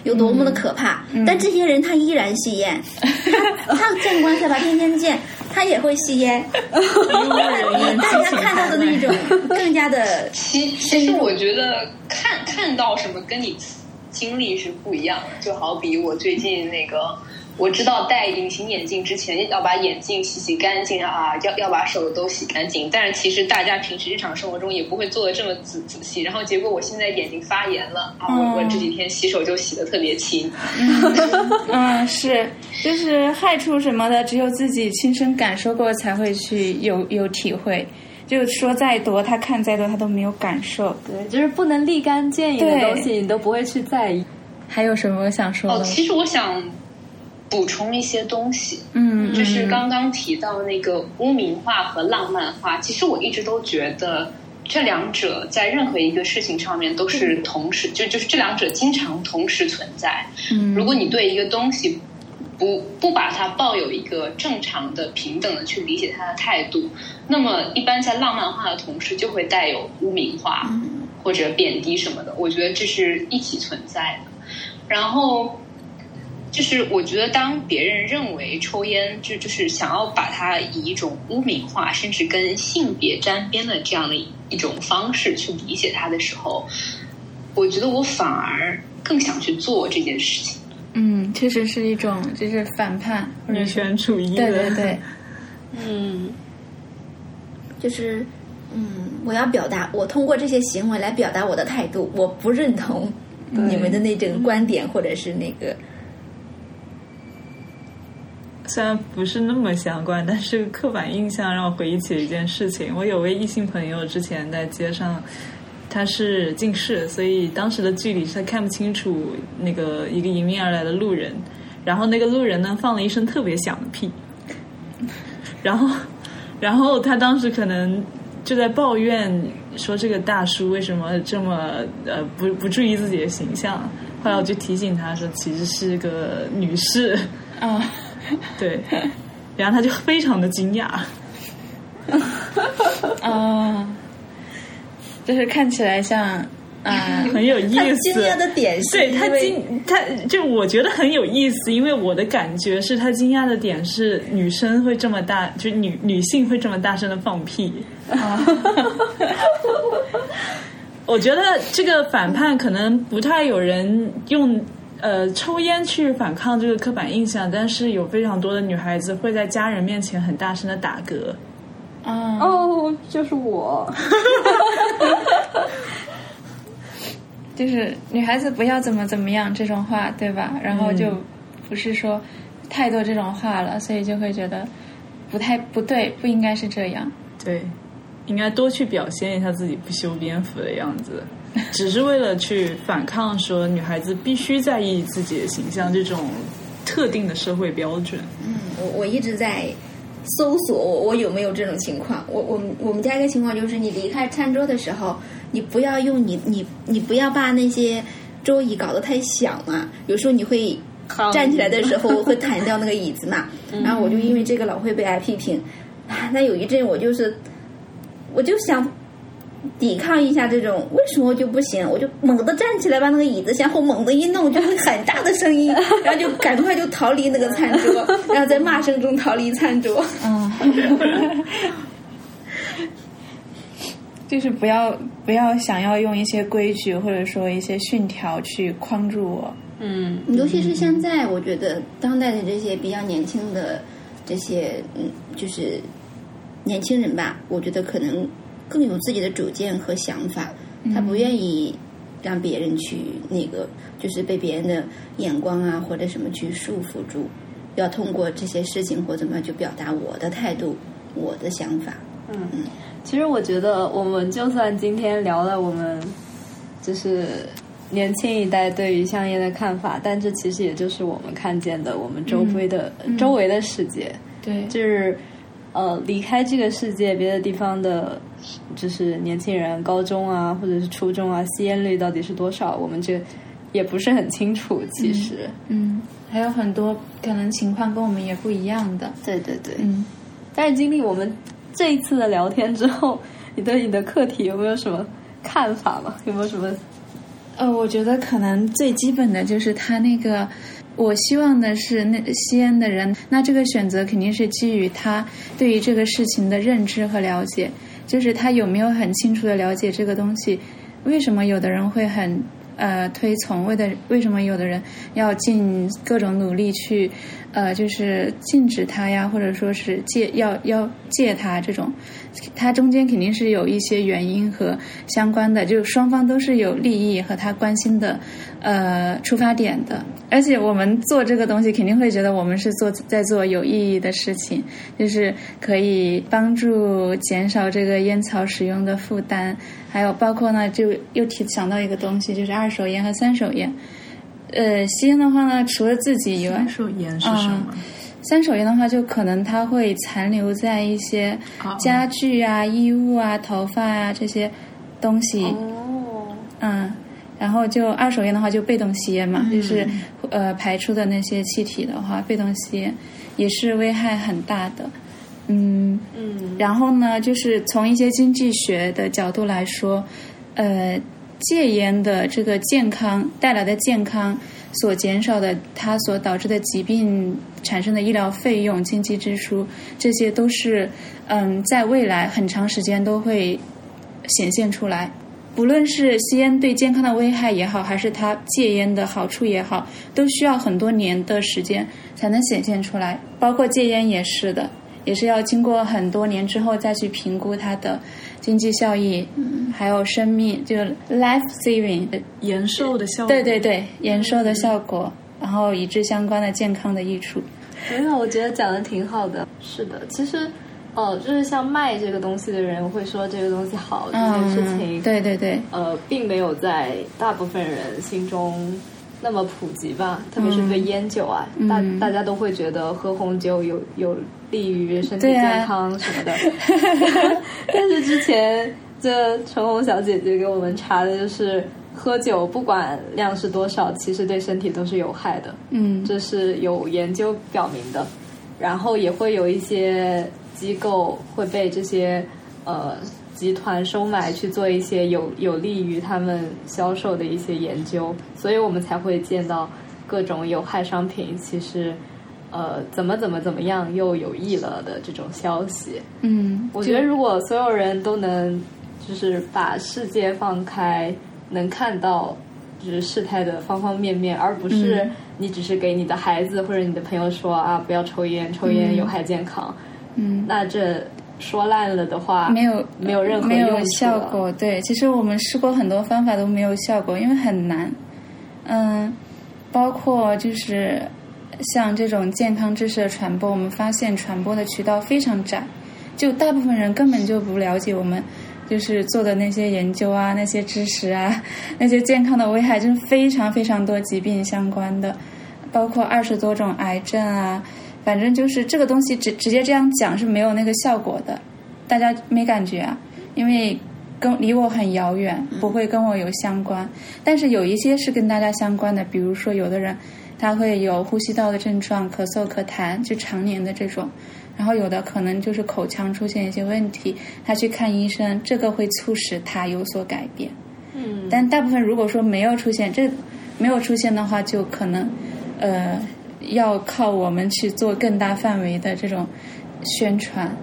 有多么的可怕。但这些人他依然吸烟，他见棺材吧，天天见，他也会吸烟。大家看到的那种更加的， 其实我觉得看到什么跟你经历是不一样的。就好比我最近那个，我知道戴隐形眼镜之前要把眼镜洗干净啊，要把手都洗干净，但是其实大家平时日常生活中也不会做的这么仔细，然后结果我现在眼睛发炎了啊，我这几天洗手就洗得特别勤。 是，就是害处什么的，只有自己亲身感受过才会去有体会。就说再多，他看再多，他都没有感受。 对，就是不能立竿见影的东西，你都不会去在意。 还有什么想说的？ 其实我想补充一些东西，就是刚刚提到那个污名化和浪漫化，其实我一直都觉得这两者在任何一个事情上面都是同时，就是这两者经常同时存在。如果你对一个东西不把它抱有一个正常的平等的去理解它的态度，那么一般在浪漫化的同时就会带有污名化或者贬低什么的，我觉得这是一起存在的。然后就是我觉得当别人认为抽烟就是想要把它以一种污名化甚至跟性别沾边的这样的一种方式去理解它的时候，我觉得我反而更想去做这件事情。 确实是一种就是反叛女权主义的。 对对对。 就是我要表达，我通过这些行为来表达我的态度，我不认同你们的那种观点或者是那个。 虽然不是那么相关，但是刻板印象让我回忆起了一件事情。我有位异性朋友之前在街上，他是近视，所以当时的距离是他看不清楚那个一个迎面而来的路人，然后那个路人呢放了一声特别响的屁，然后他当时可能就在抱怨说这个大叔为什么这么不注意自己的形象。后来我就提醒他说其实是个女士对，然后他就非常的惊讶就是看起来像很有意思。他惊讶的点是， 对他就我觉得很有意思，因为我的感觉是他惊讶的点是女生会这么大，就女性会这么大声的放屁我觉得这个反叛可能不太有人用抽烟去反抗这个刻板印象，但是有非常多的女孩子会在家人面前很大声的打嗝。 就是我就是女孩子不要怎么样这种话，对吧？然后就不是说太多这种话了，所以就会觉得不对，不应该是这样。 对，应该多去表现一下自己不修边幅的样子，只是为了去反抗说女孩子必须在意自己的形象这种特定的社会标准。 我一直在搜索我有没有这种情况。我们家一个情况就是，你离开餐桌的时候，你不要用你不要把那些桌椅搞得太响嘛。有时候你会站起来的时候会弹掉那个椅子嘛，然后我就因为这个老会被挨批评。那有一阵我就想抵抗一下这种，为什么就不行？我就猛地站起来，把那个椅子向后猛地一弄，就会很大的声音，然后就赶快就逃离那个餐桌，然后在骂声中逃离餐桌。 就是不要想要用一些规矩或者说一些训条去框住我。 尤其是现在，我觉得当代的这些比较年轻的这些就是年轻人吧，我觉得可能更有自己的主见和想法，他不愿意让别人去那个就是被别人的眼光啊或者什么去束缚住，要通过这些事情或怎么就表达我的态度我的想法。 其实我觉得我们就算今天聊了我们就是年轻一代对于香烟的看法，但这其实也就是我们看见的我们周围的世界。 对， 就是离开这个世界别的地方的就是年轻人高中啊或者是初中啊吸烟率到底是多少，我们这也不是很清楚其实。 还有很多可能情况跟我们也不一样的。 对对对。但是经历我们这一次的聊天之后，你对你的课题有没有什么看法吗？有没有什么我觉得可能最基本的就是他那个，我希望的是那吸烟的人，那这个选择肯定是基于他对于这个事情的认知和了解，就是他有没有很清楚的了解这个东西，为什么有的人会很推崇，为什么有的人要尽各种努力去就是禁止它呀，或者说是要戒它，这种它中间肯定是有一些原因和相关的，就双方都是有利益和他关心的出发点的。而且我们做这个东西肯定会觉得我们是在做有意义的事情，就是可以帮助减少这个烟草使用的负担，还有包括呢就又想到一个东西，就是二手烟和三手烟。吸烟的话呢，除了自己以外， 三手烟是什么？ 三手烟的话，就可能它会残留在一些家具啊、衣物啊、头发啊这些东西。然后就二手烟的话，就被动吸烟嘛，就是排出的那些气体的话，被动吸烟也是危害很大的。然后呢，就是从一些经济学的角度来说，戒烟的这个健康带来的健康所减少的，它所导致的疾病产生的医疗费用、经济支出，这些都是在未来很长时间都会显现出来。不论是吸烟对健康的危害也好，还是它戒烟的好处也好，都需要很多年的时间才能显现出来。包括戒烟也是的，也是要经过很多年之后再去评估它的经济效益，还有生命，就 life saving 延寿的效果。 对对对，延寿的效果，然后以致相关的健康的益处。 没有，我觉得讲的挺好的。是的，其实就是像卖这个东西的人会说这个东西好这件事情， 对对对， 并没有在大部分人心中那么普及吧，特别是对烟酒啊，大家都会觉得喝红酒有利于身体健康什么的。但是之前这陈红小姐姐给我们查的就是喝酒不管量是多少，其实对身体都是有害的。这是有研究表明的。然后也会有一些机构会被这些集团收买去做一些有利于他们销售的一些研究，所以我们才会见到各种有害商品其实怎么样又有益了的这种消息。我觉得如果所有人都能就是把世界放开，能看到就是事态的方方面面，而不是你只是给你的孩子或者你的朋友说啊不要抽烟，抽烟有害健康。那这说烂了的话没有任何用处， 效果。对，其实我们试过很多方法都没有效果，因为很难。包括就是像这种健康知识的传播，我们发现传播的渠道非常窄，就大部分人根本就不了解我们就是做的那些研究啊，那些知识啊，那些健康的危害，就是非常非常多疾病相关的，包括20多种癌症啊，反正就是这个东西直接这样讲是没有那个效果的，大家没感觉啊，因为离我很遥远，不会跟我有相关。但是有一些是跟大家相关的，比如说有的人他会有呼吸道的症状，咳嗽咳痰，就常年的这种，然后有的可能就是口腔出现一些问题，他去看医生，这个会促使他有所改变。但大部分如果说没有出现的话，就可能要靠我们去做更大范围的这种宣传。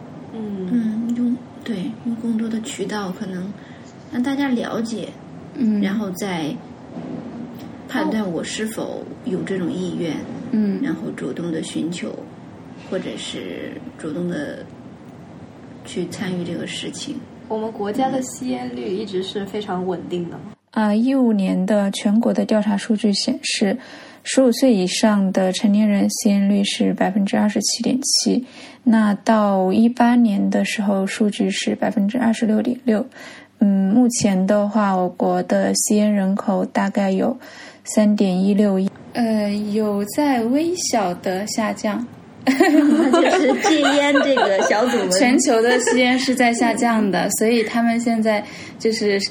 用更多的渠道，可能让大家了解，然后再判断我是否有这种意愿，然后主动的寻求，或者是主动的去参与这个事情。 我们国家的吸烟率一直是非常稳定的吗 ？15年的全国的调查数据显示，15岁以上的成年人吸烟率是 27.7%， 那到18年的时候数据是 26.6%。目前的话，我国的吸烟人口大概有 3.16亿，有在微小的下降。 就是戒烟这个小组们全球的吸烟是在下降的，所以他们现在就是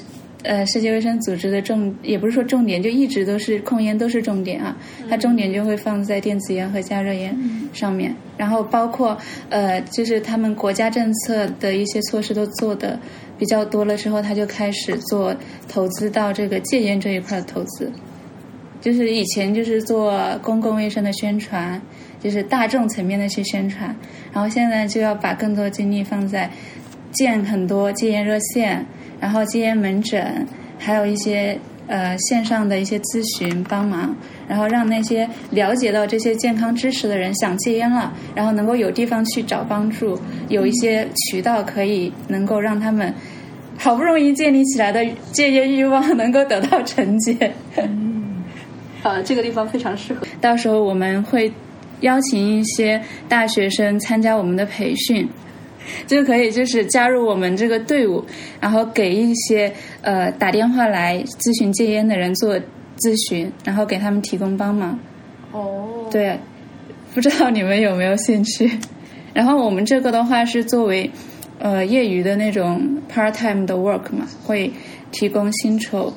世界卫生组织的也不是说重点，就一直都是控烟都是重点啊。它重点就会放在电子烟和加热烟上面，然后包括就是他们国家政策的一些措施都做的比较多了之后，他就开始做投资到这个戒烟这一块的投资。就是以前就是做公共卫生的宣传，就是大众层面的去宣传，然后现在就要把更多精力放在建很多戒烟热线，然后戒烟门诊，还有一些线上的一些咨询帮忙，然后让那些了解到这些健康知识的人想戒烟了，然后能够有地方去找帮助，有一些渠道可以能够让他们好不容易建立起来的戒烟欲望能够得到惩戒。 这个地方非常适合。 到时候我们会邀请一些大学生参加我们的培训，就可以就是加入我们这个队伍，然后给一些打电话来咨询戒烟的人做咨询，然后给他们提供帮忙。对，不知道你们有没有兴趣？然后我们这个的话是作为业余的那种 part time 的 work 嘛，会提供薪酬。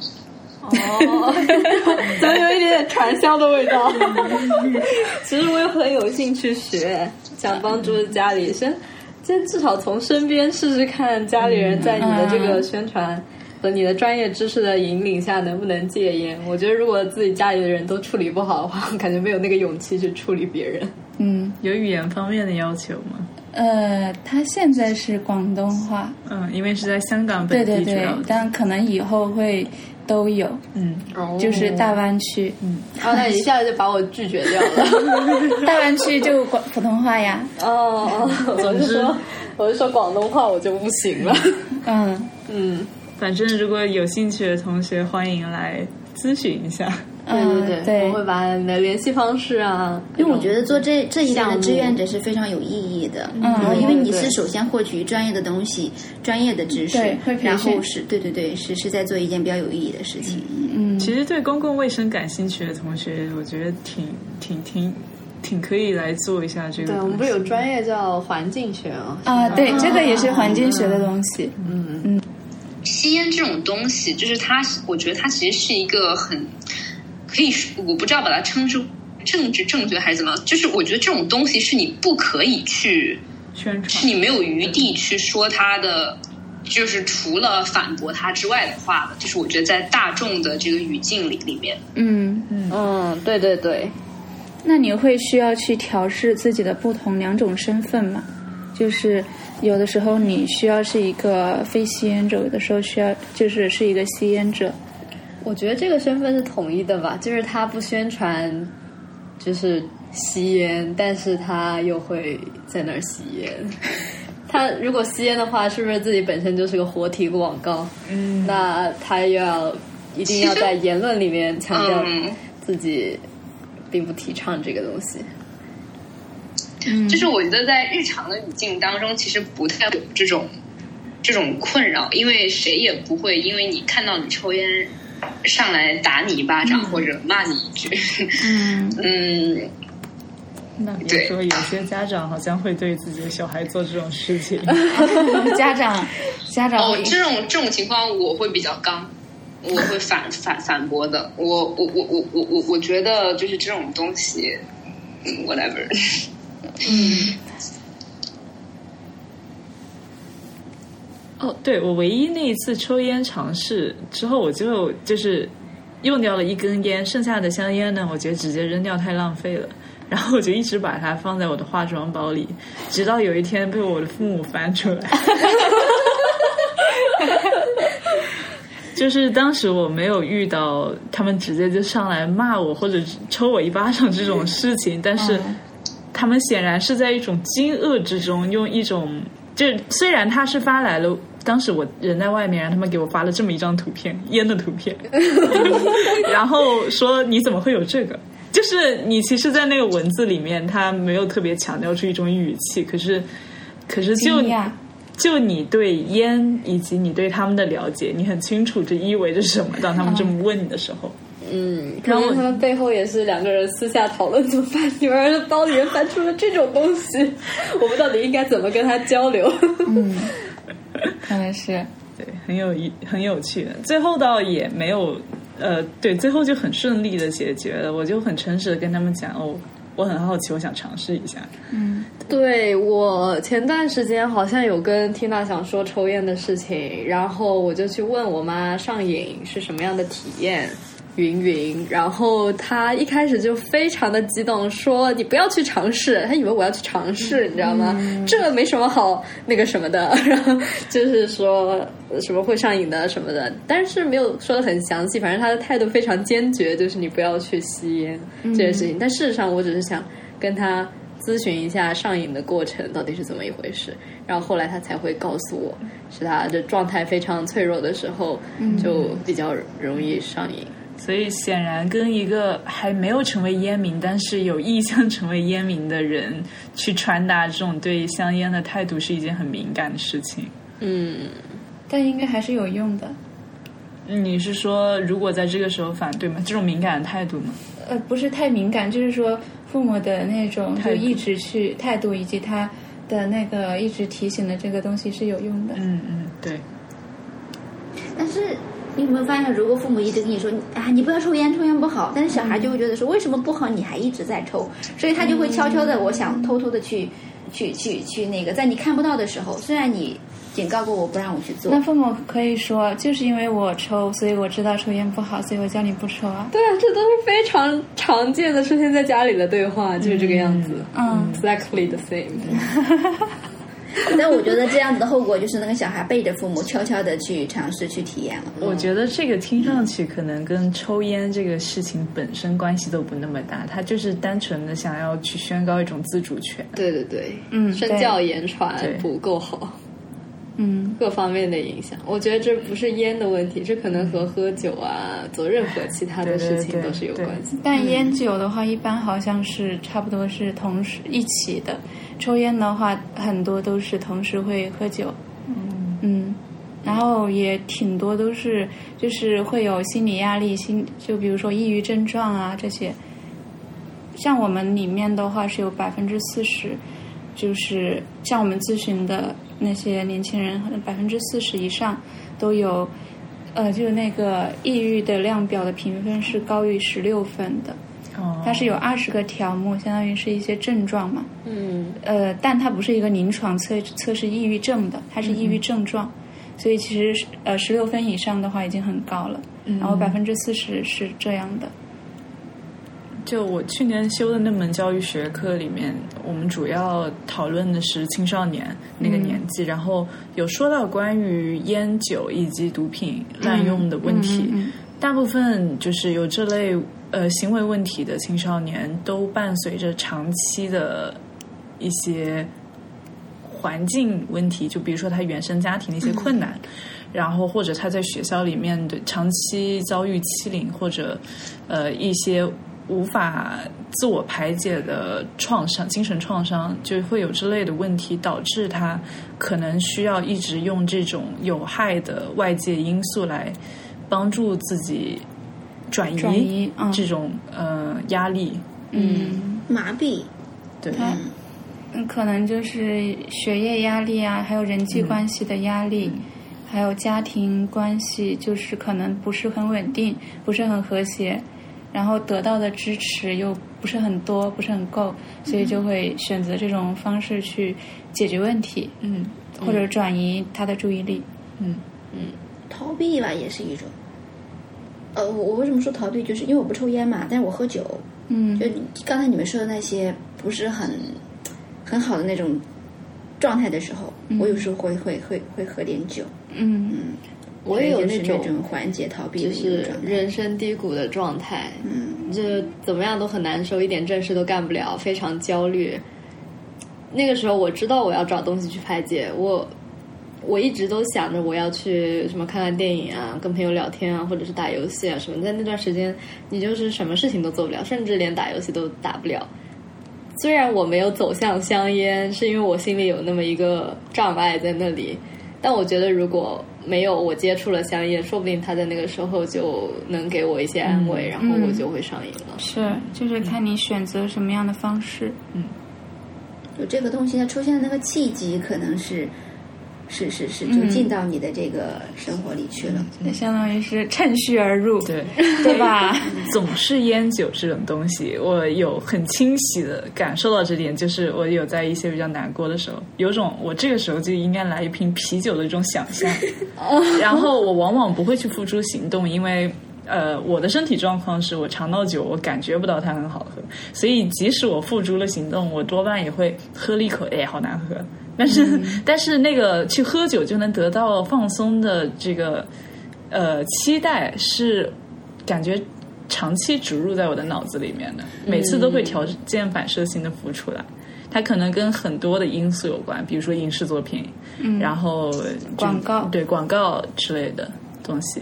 怎么有一点点传销的味道？其实我也很有兴趣学，想帮助家里先至少从身边试试看，家里人在你的这个宣传和你的专业知识的引领下能不能戒烟。我觉得如果自己家里的人都处理不好的话，感觉没有那个勇气去处理别人。 有语言方面的要求吗？ 他现在是广东话， 因为是在香港本地主要， 对，但可能以后会都有，就是大湾区， 那一下子就把我拒绝掉了。 大湾区就普通话呀。 我是说广东话我就不行了。 反正如果有兴趣的同学，欢迎来咨询一下。 对，我会把你的联系方式啊， 因为我觉得做这一类的志愿者是非常有意义的。因为你是首先获取专业的东西、专业的知识，然后是是在做一件比较有意义的事情。 其实对公共卫生感兴趣的同学，我觉得挺可以来做一下这个。 对，我们不是有专业叫环境学对，这个也是环境学的东西。 吸烟这种东西，就是它，我觉得它其实是一个很可以，我不知道把它称之政治正确还是怎么样，就是我觉得这种东西是你不可以去宣传， 是你没有余地去说它的，就是除了反驳它之外的话的，就是我觉得在大众的这个语境里面， 对。 那你会需要去调试自己的两种身份吗？就是有的时候你需要是一个非吸烟者，有的时候需要是一个吸烟者。 我觉得这个身份是统一的吧，就是他不宣传就是吸烟，但是他又会在那儿吸烟。他如果吸烟的话，是不是自己本身就是个活体广告？那他又一定要在言论里面强调自己并不提倡这个东西。 就是我觉得在日常的语境当中，其实不太有这种困扰，因为谁也不会因为你看到你抽烟上来打你一巴掌或者骂你一句。 那比如说有些家长好像会对自己的小孩做这种事情。 家长这种情况我会比较刚，我会反驳的。我觉得就是这种东西whatever。 对，我唯一那一次抽烟尝试之后，我就是用掉了一根烟，剩下的香烟呢，我觉得直接扔掉太浪费了，然后我就一直把它放在我的化妆包里，直到有一天被我的父母翻出来。就是当时我没有遇到他们直接就上来骂我或者抽我一巴掌这种事情，但是他们显然是在一种惊愕之中，用一种就虽然他是发来了，当时我人在外面，让他们给我发了这么一张图片，烟的图片，然后说你怎么会有这个？就是你其实在那个文字里面他没有特别强调出一种语气，可是就你对烟以及你对他们的了解，你很清楚这意味着什么，当他们这么问你的时候。 可能他们背后也是两个人私下讨论怎么办，女儿的包里面翻出了这种东西，我们到底应该怎么跟他交流。 可能是对，很有趣的。最后倒也没有，对，最后就很顺利的解决了。我就很诚实的跟他们讲，我很好奇，我想尝试一下。 对，我前段时间好像有跟缇娜想说抽烟的事情，然后我就去问我妈上瘾是什么样的体验。然后他一开始就非常的激动，说你不要去尝试，他以为我要去尝试，你知道吗？这没什么好那个什么的，然后就是说什么会上瘾的什么的，但是没有说的很详细，反正他的态度非常坚决，就是你不要去吸烟这件事情。但事实上我只是想跟他咨询一下上瘾的过程到底是怎么一回事，然后后来他才会告诉我，是他的状态非常脆弱的时候就比较容易上瘾。 所以显然跟一个还没有成为烟民但是有意向成为烟民的人去传达这种对香烟的态度是一件很敏感的事情。 但应该还是有用的。 你是说如果在这个时候反对吗？这种敏感的态度吗？ 不是太敏感，就是说父母的那种就一直去态度以及他的那个一直提醒的这个东西是有用的。 对。 但是你有没有发现，如果父母一直跟你说你不要抽烟，抽烟不好，但是小孩就会觉得说为什么不好你还一直在抽，所以他就会悄悄的我想偷偷的去那个在你看不到的时候，虽然你警告过我不让我去做， 那父母可以说就是因为我抽，所以我知道抽烟不好，所以我叫你不抽啊。 对啊，这都是非常常见的出现在家里的对话，就是这个样子。Exactly the same 但我觉得这样子的后果就是那个小孩背着父母悄悄的去尝试去体验了。 我觉得这个听上去可能跟抽烟这个事情本身关系都不那么大，他就是单纯的想要去宣告一种自主权。 对对对，身教言传不够好，各方面的影响。我觉得这不是烟的问题，这可能和喝酒啊做任何其他的事情都是有关系。 但烟酒的话一般好像是差不多是同时一起的，抽烟的话很多都是同时会喝酒。然后也挺多都是就是会有心理压力，就比如说抑郁症状啊这些。像我们里面的话是有40%，就是像我们咨询的那些年轻人40%以上都有就那个抑郁的量表的评分是高于16分的。它是有20个条目，相当于是一些症状嘛。但它不是一个临床测试抑郁症的，它是抑郁症状。所以其实16分以上的话已经很高了，然后40%是这样的。 就我去年修的那门教育学课里面，我们主要讨论的是青少年那个年纪，然后有说到关于烟酒以及毒品滥用的问题。大部分就是有这类行为问题的青少年都伴随着长期的一些环境问题，就比如说他原生家庭的一些困难，然后或者他在学校里面的长期遭遇欺凌，或者一些无法自我排解的创伤，精神创伤，就会有这类的问题，导致他可能需要一直用这种有害的外界因素来帮助自己转移这种压力。 麻痹。 对。 可能就是学业压力啊，还有人际关系的压力，还有家庭关系，就是可能不是很稳定，不是很和谐，然后得到的支持又不是很多，不是很够，所以就会选择这种方式去解决问题，或者转移他的注意力。 逃避吧也是一种。我为什么说逃避，就是因为我不抽烟嘛，但是我喝酒。就刚才你们说的那些不是很好的那种状态的时候，我有时候会喝点酒。 我也有那种缓解逃避的一就是人生低谷的状态。就怎么样都很难受，一点正事都干不了，非常焦虑。那个时候我知道我要找东西去排解，我一直都想着我要去什么看看电影啊，跟朋友聊天啊，或者是打游戏啊什么。在那段时间你就是什么事情都做不了，甚至连打游戏都打不了。虽然我没有走向香烟，是因为我心里有那么一个障碍在那里，但我觉得如果没有我接触了香烟，说不定他在那个时候就能给我一些安慰，然后我就会上瘾了。 是，就是看你选择什么样的方式。 就这个东西它出现的那个契机可能是就进到你的这个生活里去了， 相当于是趁虚而入， 对吧？ 总是烟酒这种东西，我有很清晰的感受到这点，就是我有在一些比较难过的时候，有种我这个时候就应该来一瓶啤酒的这种想象，然后我往往不会去付诸行动，因为我的身体状况是我尝到酒我感觉不到它很好喝，所以即使我付诸了行动，我多半也会喝了一口，哎，好难喝。但是那个去喝酒就能得到放松的这个期待，是感觉长期植入在我的脑子里面的，每次都会条件反射性的浮出来。它可能跟很多的因素有关，比如说影视作品，然后广告， 对广告之类的东西。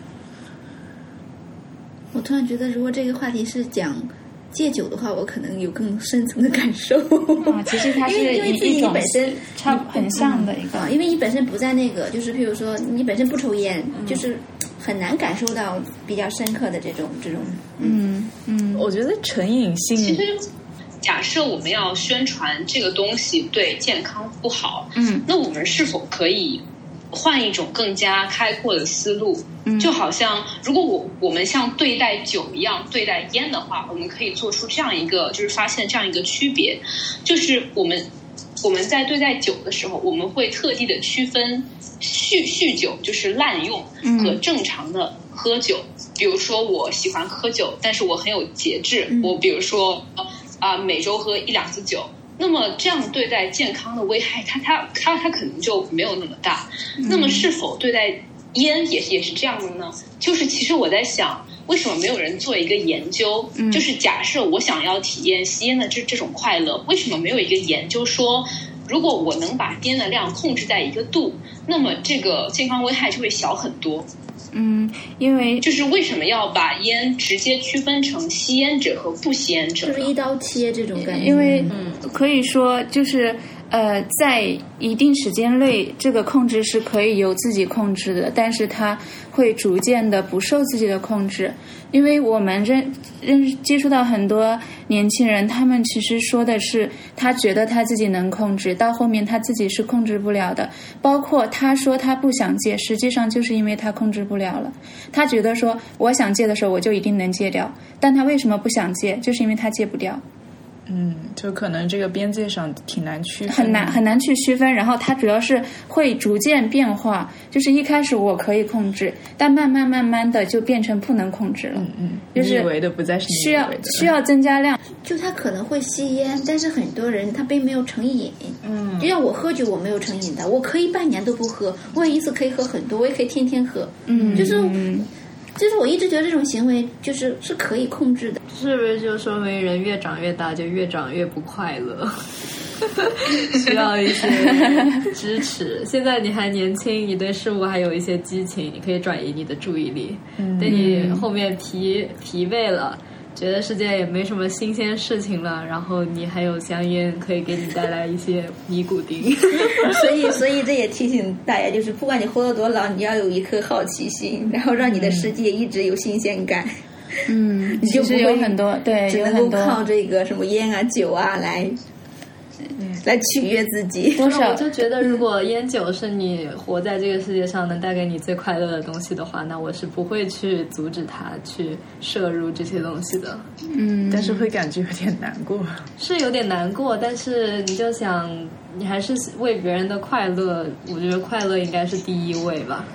我突然觉得，如果这个话题是讲戒酒的话，我可能有更深层的感受。 其实它是因为自己你本身很像的一个， 因为你本身不在那个，就是譬如说你本身不抽烟，就是很难感受到比较深刻的这种。 我觉得成瘾性。 其实假设我们要宣传这个东西对健康不好，那我们是否可以换一种更加开阔的思路？就好像如果我们像对待酒一样对待烟的话，我们可以做出这样一个，就是发现这样一个区别，就是我们在对待酒的时候，我们会特地的区分酗酒就是滥用和正常的喝酒。比如说我喜欢喝酒，但是我很有节制，我比如说每周喝1-2次酒，那么这样对待健康的危害它可能就没有那么大。那么是否对待烟也是这样的呢？就是其实我在想，为什么没有人做一个研究，就是假设我想要体验吸烟的这种快乐，为什么没有一个研究说，如果我能把烟的量控制在一个度，那么这个健康危害就会小很多。 因为就是为什么要把烟直接区分成吸烟者和不吸烟者， 就是一刀切这种感觉。 因为可以说就是在一定时间内，这个控制是可以由自己控制的，但是它会逐渐的不受自己的控制。因为我们接触到很多年轻人，他们其实说的是他觉得他自己能控制，到后面他自己是控制不了的。包括他说他不想戒，实际上就是因为他控制不了了。他觉得说我想戒的时候我就一定能戒掉，但他为什么不想戒，就是因为他戒不掉。 就可能这个边界上挺难区分， 很难去区分。然后它主要是会逐渐变化，就是一开始我可以控制，但慢慢的就变成不能控制了。就是你以为的不再是你以为的， 需要增加量。 就他可能会吸烟，但是很多人他并没有成瘾。就像我喝酒，我没有成瘾的，我可以半年都不喝，我也一次可以喝很多，我也可以天天喝。就是我一直觉得这种行为是可以控制的。 是不是就说明人越长越大就越长越不快乐？需要一些支持。现在你还年轻，你对事物还有一些激情，你可以转移你的注意力。等你后面疲惫了，觉得世界也没什么新鲜事情了，然后你还有香烟可以给你带来一些尼古丁。 所以这也提醒大家，就是不管你活到多老，你要有一颗好奇心，然后让你的世界一直有新鲜感。你就不会有很多只能够靠这个什么烟啊酒啊来取悦自己。 我就觉得，如果烟酒是你活在这个世界上能带给你最快乐的东西的话，那我是不会去阻止它去摄入这些东西的。 但是会感觉有点难过。 是有点难过，但是你就想，你还是为别人的快乐，我觉得快乐应该是第一位吧。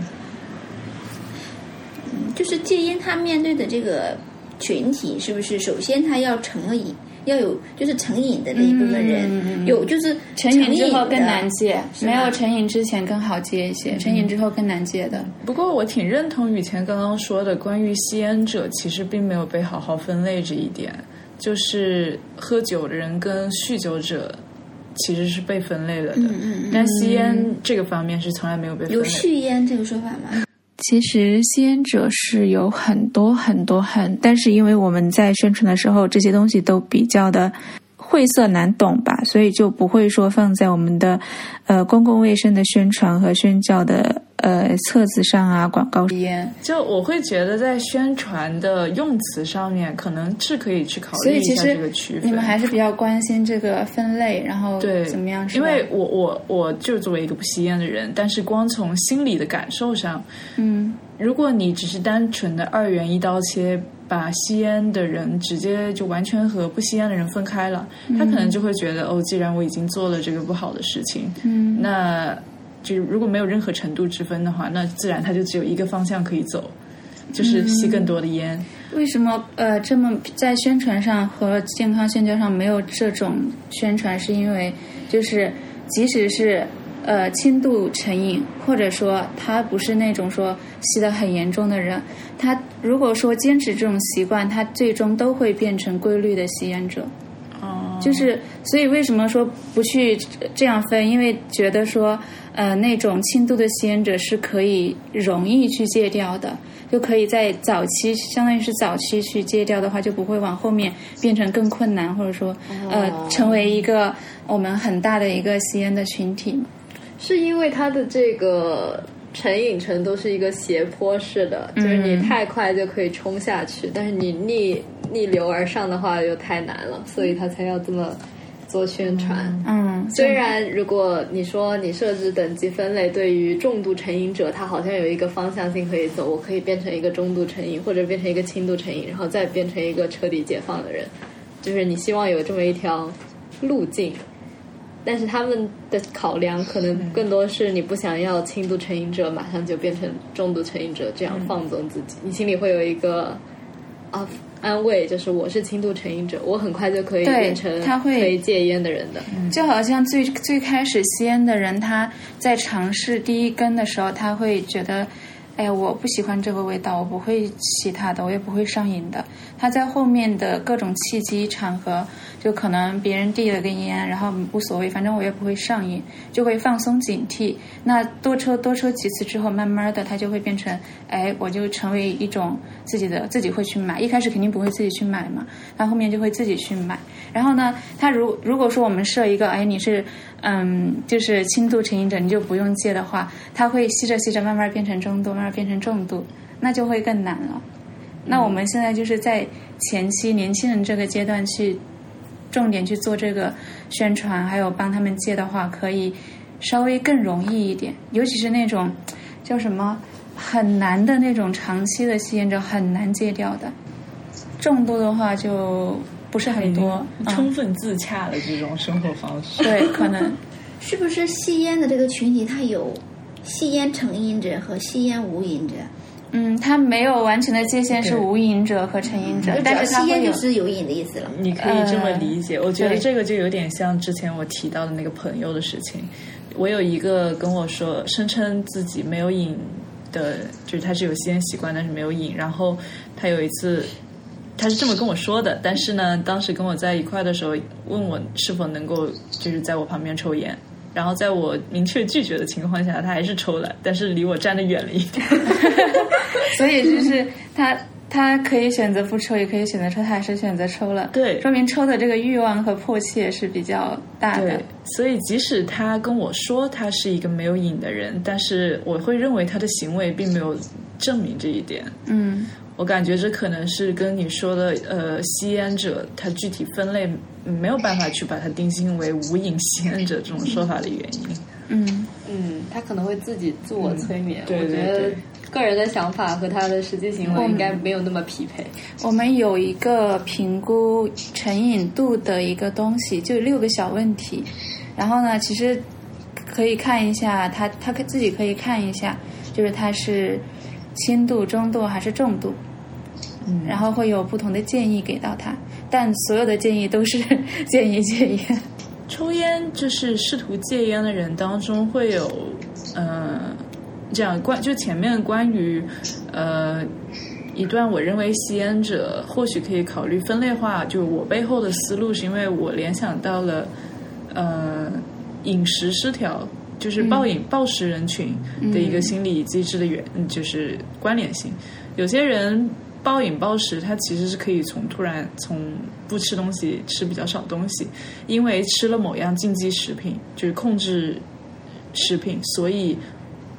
就是戒烟，他面对的这个群体是不是首先他要成瘾，要有就是成瘾的那一部分人，有就是成瘾之后更难戒，没有成瘾之前更好戒一些，成瘾之后更难戒的。 不过我挺认同雨前刚刚说的，关于吸烟者其实并没有被好好分类这一点，就是喝酒的人跟酗酒者其实是被分类了的，但吸烟这个方面是从来没有被分类。 有酗烟这个说法吗？ 其实吸烟者是有很多，但是因为我们在宣传的时候这些东西都比较的晦涩难懂吧，所以就不会说放在我们的公共卫生的宣传和宣教的册子上啊广告烟，就我会觉得在宣传的用词上面可能是可以去考虑一下这个区分。 你们还是比较关心这个分类，然后怎么样？ 因为我就作为一个不吸烟的人，但是光从心理的感受上，如果你只是单纯的2元一刀切，把吸烟的人直接就完全和不吸烟的人分开了，他可能就会觉得既然我已经做了这个不好的事情，那就如果没有任何程度之分的话，那自然他就只有一个方向可以走，就是吸更多的烟。 为什么这么在宣传上和健康宣教上没有这种宣传？是因为就是即使是轻度成瘾，或者说他不是那种说吸得很严重的人，他如果说坚持这种习惯，他最终都会变成规律的吸烟者。就是所以为什么说不去这样分？因为觉得说那种轻度的吸烟者是可以容易去戒掉的，就可以在早期，相当于是早期去戒掉的话，就不会往后面变成更困难，或者说成为一个我们很大的一个吸烟的群体。 是因为它的这个成瘾程度是一个斜坡式的，就是你太快就可以冲下去，但是你逆流而上的话又太难了，所以他才要这么做宣传。虽然如果你说你设置等级分类，对于重度成瘾者他好像有一个方向性可以走，我可以变成一个中度成瘾，或者变成一个轻度成瘾，然后再变成一个彻底解放的人，就是你希望有这么一条路径。但是他们的考量可能更多是你不想要轻度成瘾者马上就变成重度成瘾者，这样放纵自己，你心里会有一个安慰，就是我是轻度成瘾者，我很快就可以变成可以戒烟的人的。 就好像最开始吸烟的人，他在尝试第一根的时候，他会觉得哎呀，我不喜欢这个味道，我不会吸它的，我也不会上瘾的。他在后面的各种契机场合，就可能别人递了根烟，然后无所谓，反正我也不会上瘾，就会放松警惕。那多抽几次之后，慢慢的他就会变成，哎，我就成为一种自己会去买。一开始肯定不会自己去买嘛，他后面就会自己去买。然后呢，他如果说我们设一个，哎，你是就是轻度成瘾者，你就不用戒的话，他会吸着吸着慢慢变成中度，慢慢变成重度，那就会更难了。那我们现在就是在前期年轻人这个阶段去重点去做这个宣传，还有帮他们戒的话，可以稍微更容易一点。尤其是那种叫什么很难的那种长期的吸烟者，很难戒掉的。重度的话就不是很多， 充分自洽的这种生活方式。 对，可能是不是吸烟的这个群体，它有吸烟成瘾者和吸烟无瘾者？ 它没有完全的界限是无瘾者和成瘾者，但是吸烟就是有瘾的意思了。 你可以这么理解，我觉得这个就有点像之前我提到的那个朋友的事情。我有一个跟我说，声称自己没有瘾的，就是他是有吸烟习惯，但是没有瘾。然后他有一次，他是这么跟我说的，但是呢，当时跟我在一块的时候，问我是否能够就是在我旁边抽烟。然后在我明确拒绝的情况下，他还是抽了，但是离我站得远了一点。 所以就是他可以选择不抽，也可以选择抽，他还是选择抽了。 对， 说明抽的这个欲望和迫切是比较大的。 对，所以即使他跟我说他是一个没有瘾的人，但是我会认为他的行为并没有证明这一点。我感觉这可能是跟你说的吸烟者他具体分类没有办法去把它定性为无瘾吸烟者这种说法的原因。 他可能会自己自我催眠。 对对对， 我觉得个人的想法和他的实际行为应该没有那么匹配。 我们有一个评估成瘾度的一个东西，就6个小问题。然后呢，其实可以看一下他自己可以看一下，就是他是轻度、中度还是重度。然后会有不同的建议给到他，但所有的建议都是建议戒烟。 抽烟就是试图戒烟的人当中会有这样就前面关于一段我认为吸烟者或许可以考虑分类化，就我背后的思路是因为我联想到了饮食失调，就是暴食人群的一个心理机制的就是关联性。有些人暴饮暴食，它其实是可以从不吃东西吃比较少东西，因为吃了某样禁忌食品，就是控制食品，所以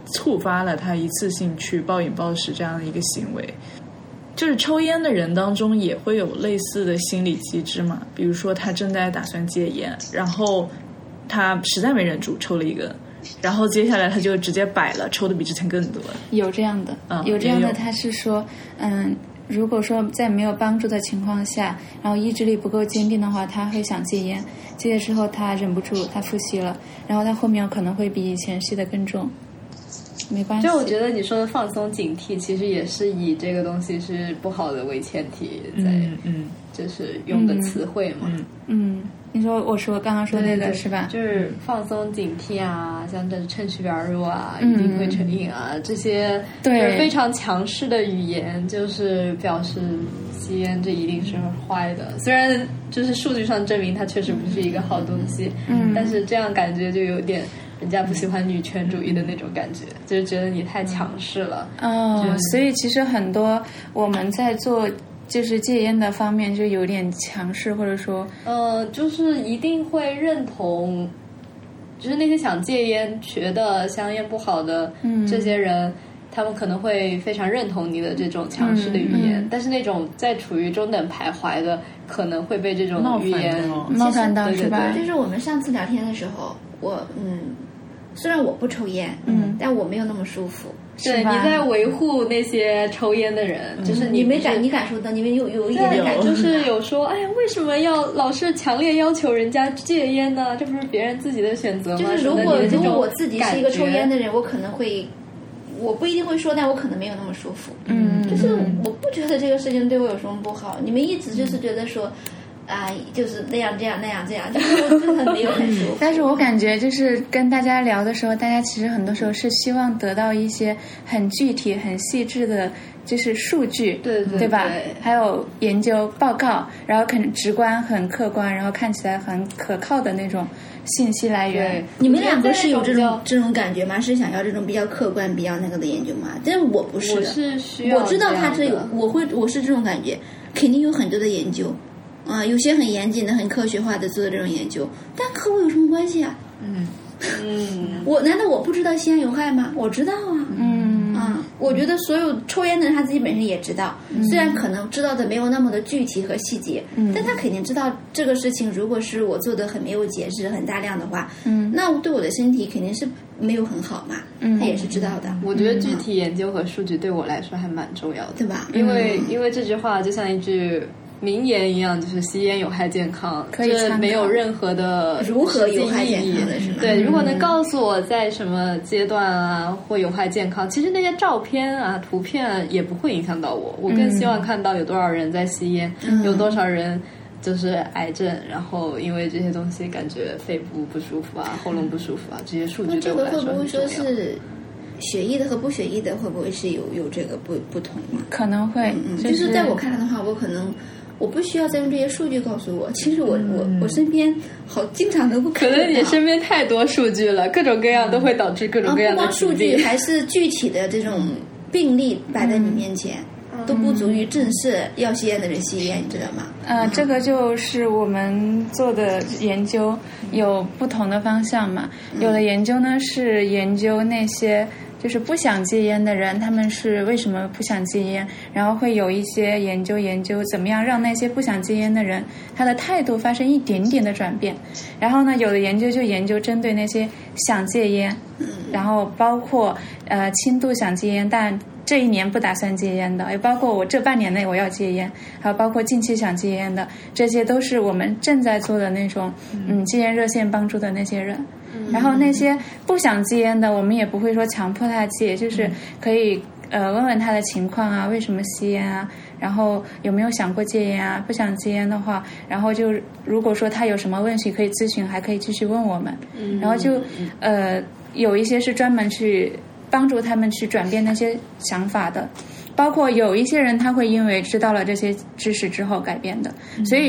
触发了他一次性去暴饮暴食这样的一个行为。就是抽烟的人当中也会有类似的心理机制嘛，比如说他正在打算戒烟，然后他实在没忍住抽了一根，然后接下来他就直接摆了，抽的比之前更多。 有这样的，有这样的，他是说如果说在没有帮助的情况下，然后意志力不够坚定的话，他会想戒烟，戒了之后他忍不住，他复吸了，然后他后面可能会比以前吸得更重。没关系， 就我觉得你说的放松警惕，其实也是以这个东西是不好的为前提，在就是用的词汇嘛。 你说我刚刚说那个是吧？ 就是放松警惕啊，像这趁虚而入啊，一定会成瘾啊，这些就是非常强势的语言，就是表示吸烟这一定是坏的。虽然就是数据上证明它确实不是一个好东西，但是这样感觉就有点人家不喜欢女权主义的那种感觉，就是觉得你太强势了。 所以其实很多我们在做就是戒烟的方面就有点强势，或者说就是一定会认同，就是那些想戒烟觉得香烟不好的这些人，他们可能会非常认同你的这种强势的语言，但是那种在处于中等徘徊的可能会被这种语言冒犯到，是吧？ 就是我们上次聊天的时候，我虽然我不抽烟，但我没有那么舒服。 对，你在维护那些抽烟的人，就是你感受到，你们有一点点感受， 就是有说，哎呀，为什么要老是强烈要求人家戒烟呢？这不是别人自己的选择吗？ 就是如果我自己是一个抽烟的人，我可能会，我不一定会说，但我可能没有那么舒服。就是我不觉得这个事情对我有什么不好。你们一直就是觉得说。就是那样这样，就是很没有很舒服。 但是我感觉就是跟大家聊的时候，大家其实很多时候是希望得到一些很具体、很细致的，就是数据，对吧？还有研究报告，然后很直观、很客观，然后看起来很可靠的那种信息来源。 你们两个是有这种感觉吗？是想要这种比较客观、比较那个的研究吗？但是我不是的， 我是需要， 我知道他这有，我是这种感觉，肯定有很多的研究。有些很严谨的、很科学化的做这种研究，但和我有什么关系啊？我难道我不知道吸烟有害吗？我知道啊。我觉得所有抽烟的人他自己本身也知道，虽然可能知道的没有那么的具体和细节，但他肯定知道这个事情如果是我做的很没有节制、很大量的话，那对我的身体肯定是没有很好嘛。他也是知道的。 我觉得具体研究和数据对我来说还蛮重要的， 对吧？ 因为这句话就像一句名言一样，就是吸烟有害健康，这没有任何的如何有害健康的是吗？ 对，如果能告诉我在什么阶段啊会有害健康，其实那些照片啊、图片也不会影响到我。我更希望看到有多少人在吸烟，有多少人就是癌症，然后因为这些东西感觉肺部不舒服啊、喉咙不舒服啊，这些数据对我来说很重要。 会不会说是血液的和不血液的会不会是有这个不同吗？ 可能会， 就是在我看来的话，我不需要再用这些数据告诉我。其实我身边经常能够看到， 可能你身边太多数据了，各种各样都会导致各种各样的数据，还是具体的这种病例摆在你面前，都不足以正视要吸烟的人吸烟，你知道吗？ 这个就是我们做的研究有不同的方向嘛。有的研究呢是研究那些就是不想戒烟的人，他们是为什么不想戒烟，然后会有一些研究怎么样让那些不想戒烟的人他的态度发生一点点的转变。然后呢，有的研究针对那些想戒烟，然后包括轻度想戒烟但这一年不打算戒烟的，也包括我这半年内我要戒烟，还有包括近期想戒烟的，这些都是我们正在做的那种戒烟热线帮助的那些人。然后那些不想戒烟的，我们也不会说强迫他戒，就是可以问问他的情况啊，为什么吸烟啊，然后有没有想过戒烟啊，不想戒烟的话，然后就如果说他有什么问题可以咨询，还可以继续问我们。然后就有一些是专门去帮助他们去转变那些想法的，包括有一些人他会因为知道了这些知识之后改变的。所以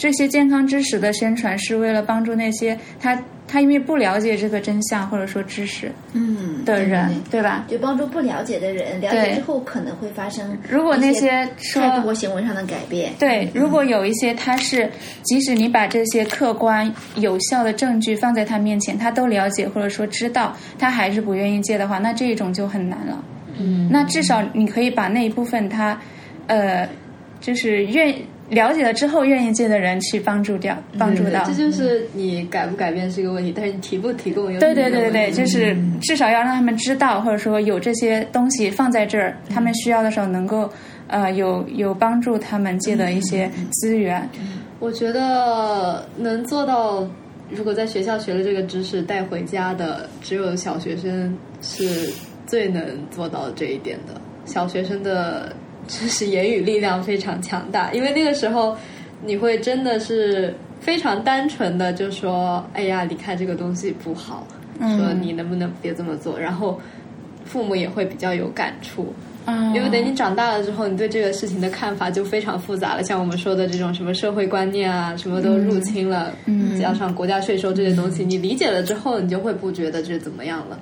这些健康知识的宣传是为了帮助那些他因为不了解这个真相或者说知识的人，对吧？ 就帮助不了解的人，了解之后可能会发生如果那些态度或行为上的改变。 对，如果有一些他是即使你把这些客观有效的证据放在他面前，他都了解或者说知道，他还是不愿意戒的话，那这一种就很难了。那至少你可以把那一部分他就是了解了之后愿意戒的人去帮助到。 这就是你改不改变是一个问题，但是你提不提供对，就是至少要让他们知道，或者说有这些东西放在这儿，他们需要的时候能够有帮助他们戒的一些资源。 我觉得能做到，如果在学校学了这个知识带回家的，只有小学生是最能做到这一点的。小学生的就是言语力量非常强大，因为那个时候你会真的是非常单纯的就说，哎呀，你看这个东西不好，说你能不能别这么做，然后父母也会比较有感触。因为等你长大了之后，你对这个事情的看法就非常复杂了，像我们说的这种什么社会观念啊，什么都入侵了，加上国家税收这些东西，你理解了之后，你就会不觉得这怎么样了。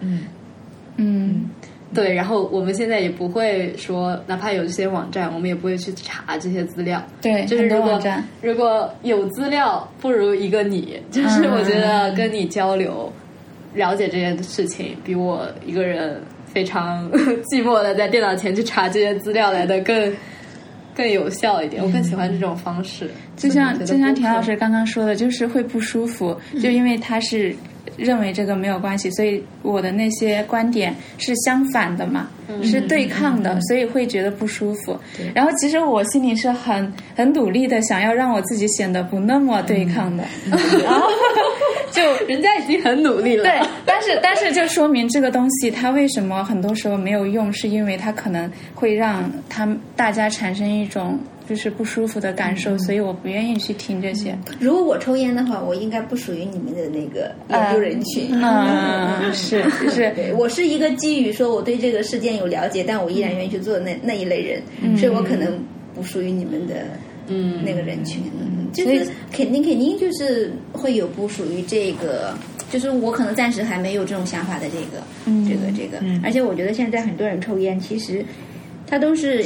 对，然后我们现在也不会说，哪怕有这些网站，我们也不会去查这些资料。 对， 就是如果有资料，不如一个你，就是我觉得跟你交流、了解这件事情，比我一个人非常寂寞的在电脑前去查这些资料来的更有效一点。我更喜欢这种方式。 就像田老师刚刚说的，就是会不舒服，就因为他是认为这个没有关系，所以我的那些观点是相反的嘛，是对抗的，所以会觉得不舒服。然后其实我心里是很努力的想要让我自己显得不那么对抗的，然后就人家已经很努力了。 对，但是就说明这个东西它为什么很多时候没有用，是因为它可能会让大家产生一种就是不舒服的感受，所以我不愿意去听这些。 如果我抽烟的话，我应该不属于你们的那个研究人群。 是，就是我是一个基于说我对这个事件有了解，但我依然愿意去做的那一类人，所以我可能不属于你们的那个人群。就是肯定就是会有不属于这个，就是我可能暂时还没有这种想法的这个。而且我觉得现在很多人抽烟，其实他都是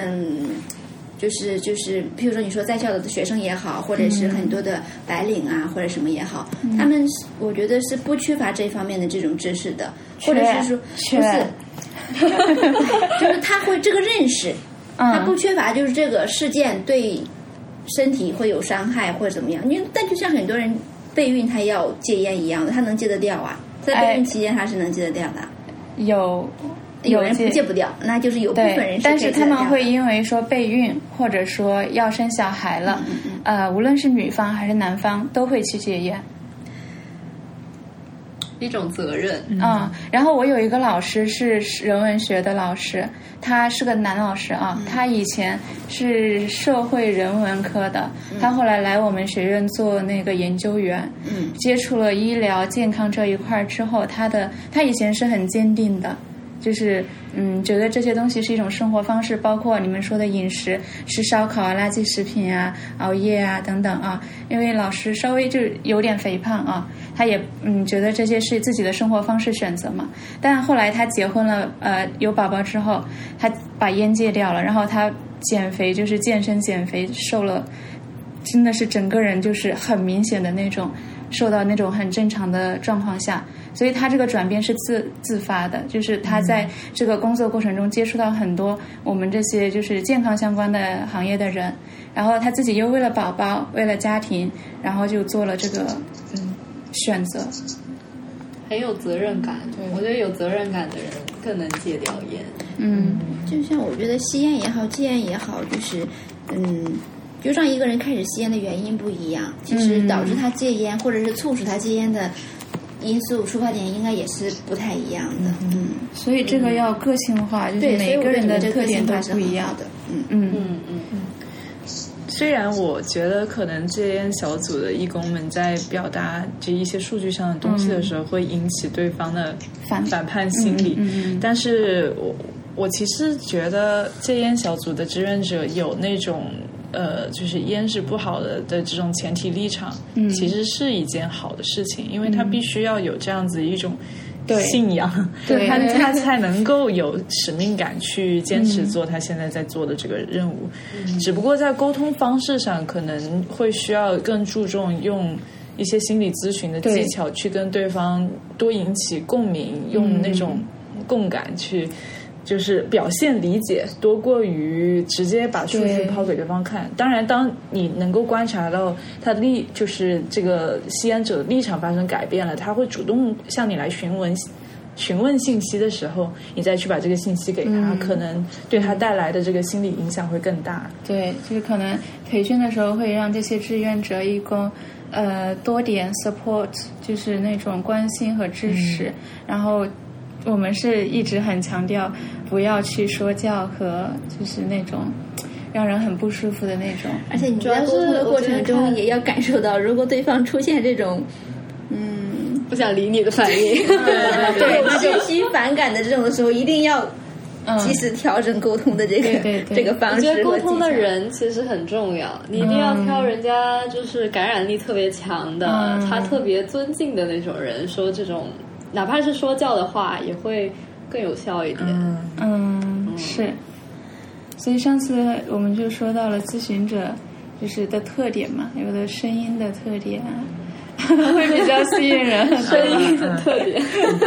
就是譬如说你说在校的学生也好，或者是很多的白领啊，或者什么也好，他们我觉得是不缺乏这方面的这种知识的，或者是说不是就是他会这个认识，他不缺乏就是这个事件对身体会有伤害或者怎么样。因为但就像很多人备孕他要戒烟一样的，他能戒得掉啊，在备孕期间他是能戒得掉的。有人戒不掉，那就是有部分人是但是他们会因为说备孕或者说要生小孩了，无论是女方还是男方都会去戒烟， 一种责任。 然后我有一个老师是人文学的老师，他是个男老师啊，他以前是社会人文科的，他后来来我们学院做那个研究员，接触了医疗健康这一块之后，他以前是很坚定的，就是觉得这些东西是一种生活方式，包括你们说的饮食，吃烧烤啊、垃圾食品啊、熬夜啊等等啊。因为老师稍微就有点肥胖啊，他也觉得这些是自己的生活方式选择嘛。但后来他结婚了，有宝宝之后，他把烟戒掉了，然后他减肥，就是健身减肥，瘦了，真的是整个人就是很明显的那种受到那种很正常的状况下。所以他这个转变是自发的，就是他在这个工作过程中接触到很多我们这些就是健康相关的行业的人，然后他自己又为了宝宝为了家庭，然后就做了这个选择， 很有责任感。我觉得有责任感的人更能戒掉烟。 就像我觉得吸烟也好戒烟也好，就是就让一个人开始吸烟的原因不一样，其实导致他戒烟或者是促使他戒烟的因素出发点应该也是不太一样的。 所以这个要个性化，就是每个人的特点都不一样的。 虽然我觉得可能戒烟小组的义工们在表达这一些数据上的东西的时候，会引起对方的反叛心理，但是我其实觉得戒烟小组的志愿者有那种就是烟是不好的这种前提立场，其实是一件好的事情，因为他必须要有这样子一种信仰， 对他才能够有使命感去坚持做他现在在做的这个任务。只不过在沟通方式上可能会需要更注重用一些心理咨询的技巧去跟对方多引起共鸣，用那种共感去就是表现理解，多过于直接把数据抛给对方看。当然当你能够观察到他的就是这个吸烟者的立场发生改变了，他会主动向你来询问信息的时候，你再去把这个信息给他，可能对他带来的这个心理影响会更大。 对，就是可能培训的时候会让这些志愿者义工多点 support， 就是那种关心和支持，然后我们是一直很强调不要去说教和就是那种让人很不舒服的那种。 而且你在沟通的过程中也要感受到，如果对方出现这种不想理你的反应， 对信息反感的这种的时候，一定要及时调整沟通的这个方式。 我觉得沟通的人其实很重要，你一定要挑人家就是感染力特别强的，他特别尊敬的那种人，说这种哪怕是说教的话也会更有效一点。 是。所以上次我们就说到了咨询者就是的特点嘛，有的声音的特点会比较吸引人， 声音的特点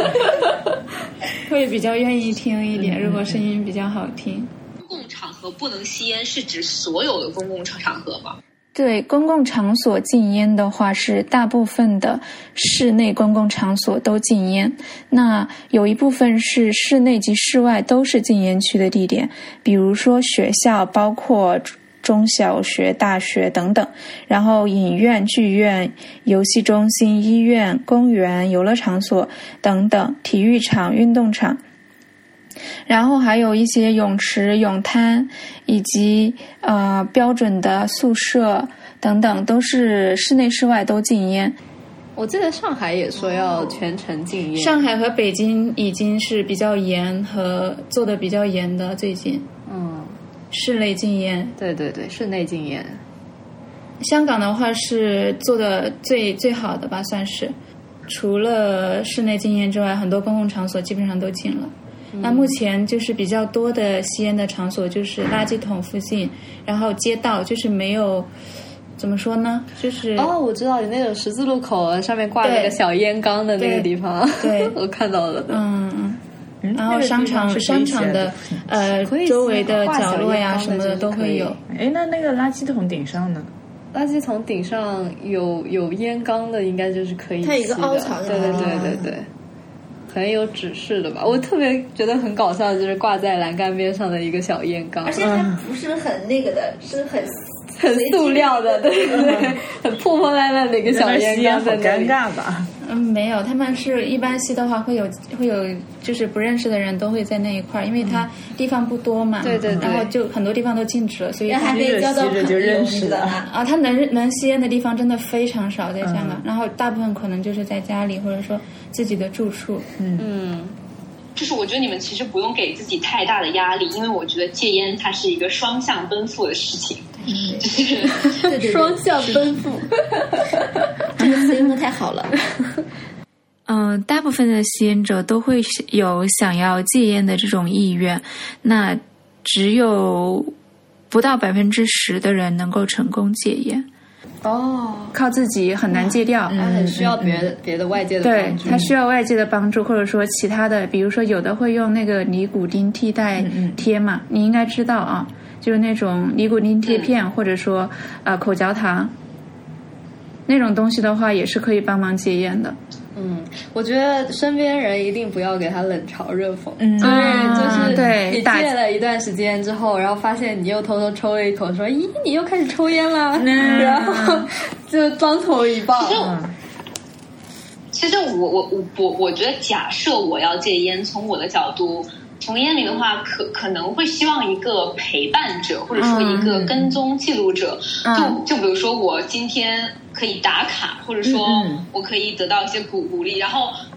会比较愿意听一点，如果声音比较好听。 公共场合不能吸烟是指所有的公共场合吗？ 对，公共场所禁烟的话是大部分的室内公共场所都禁烟，那有一部分是室内及室外都是禁烟区的地点，比如说学校，包括中小学、大学等等，然后影院、剧院、游戏中心、医院、公园、游乐场所等等，体育场、运动场，然后还有一些泳池、泳滩以及标准的宿舍等等，都是室内室外都禁烟。 我记得上海也说要全程禁烟， 上海和北京已经是比较严和做的比较严的，最近室内禁烟。 对对对，室内禁烟。 香港的话是做的最好的吧，算是除了室内禁烟之外，很多公共场所基本上都禁了。那目前就是比较多的吸烟的场所就是垃圾桶附近，然后街道，就是没有怎么说呢，就是我知道有那种十字路口上面挂了个小烟缸的那个地方，对我看到了。 然后商场的周围的角落呀什么的都会有。 那个垃圾桶顶上呢？ 垃圾桶顶上有烟缸的，应该就是可以吸的。 它有一个凹槽的。 对，可能有指示的吧。我特别觉得很搞笑，就是挂在栏杆边上的一个小烟缸， 而且它不是很那个的，是很塑料的，对，很破破烂烂的一个小烟缸， 好尴尬吧？ 没有，他们是一般吸的话会有，就是不认识的人都会在那一块，因为它地方不多嘛， 对， 然后就很多地方都禁止了，所以还可以交到朋友就认识了啊。他能吸烟的地方真的非常少在香港，然后大部分可能就是在家里或者说自己的住处。 就是我觉得你们其实不用给自己太大的压力，因为我觉得戒烟它是一个双向奔赴的事情。 对， 双向奔赴， 这个词用的太好了。 大部分的吸烟者都会有想要戒烟的这种意愿，那只有不到10%的人能够成功戒烟。靠自己很难戒掉， 他很需要别的外界的帮助。 对，他需要外界的帮助，或者说其他的，比如说有的会用那个尼古丁替代贴嘛，你应该知道啊，就是那种尼古丁贴片，或者说口嚼糖那种东西的话，也是可以帮忙戒烟的。 我觉得身边人一定不要给他冷嘲热讽，就是对， 你戒了一段时间之后，然后发现你又偷偷抽了一口，说咦你又开始抽烟了，然后就当头一棒。 其实我觉得，假设我要戒烟，从我的角度，从烟龄的话，可能会希望一个陪伴者，或者说一个跟踪记录者。就比如说我今天可以打卡，或者说我可以得到一些鼓励，然后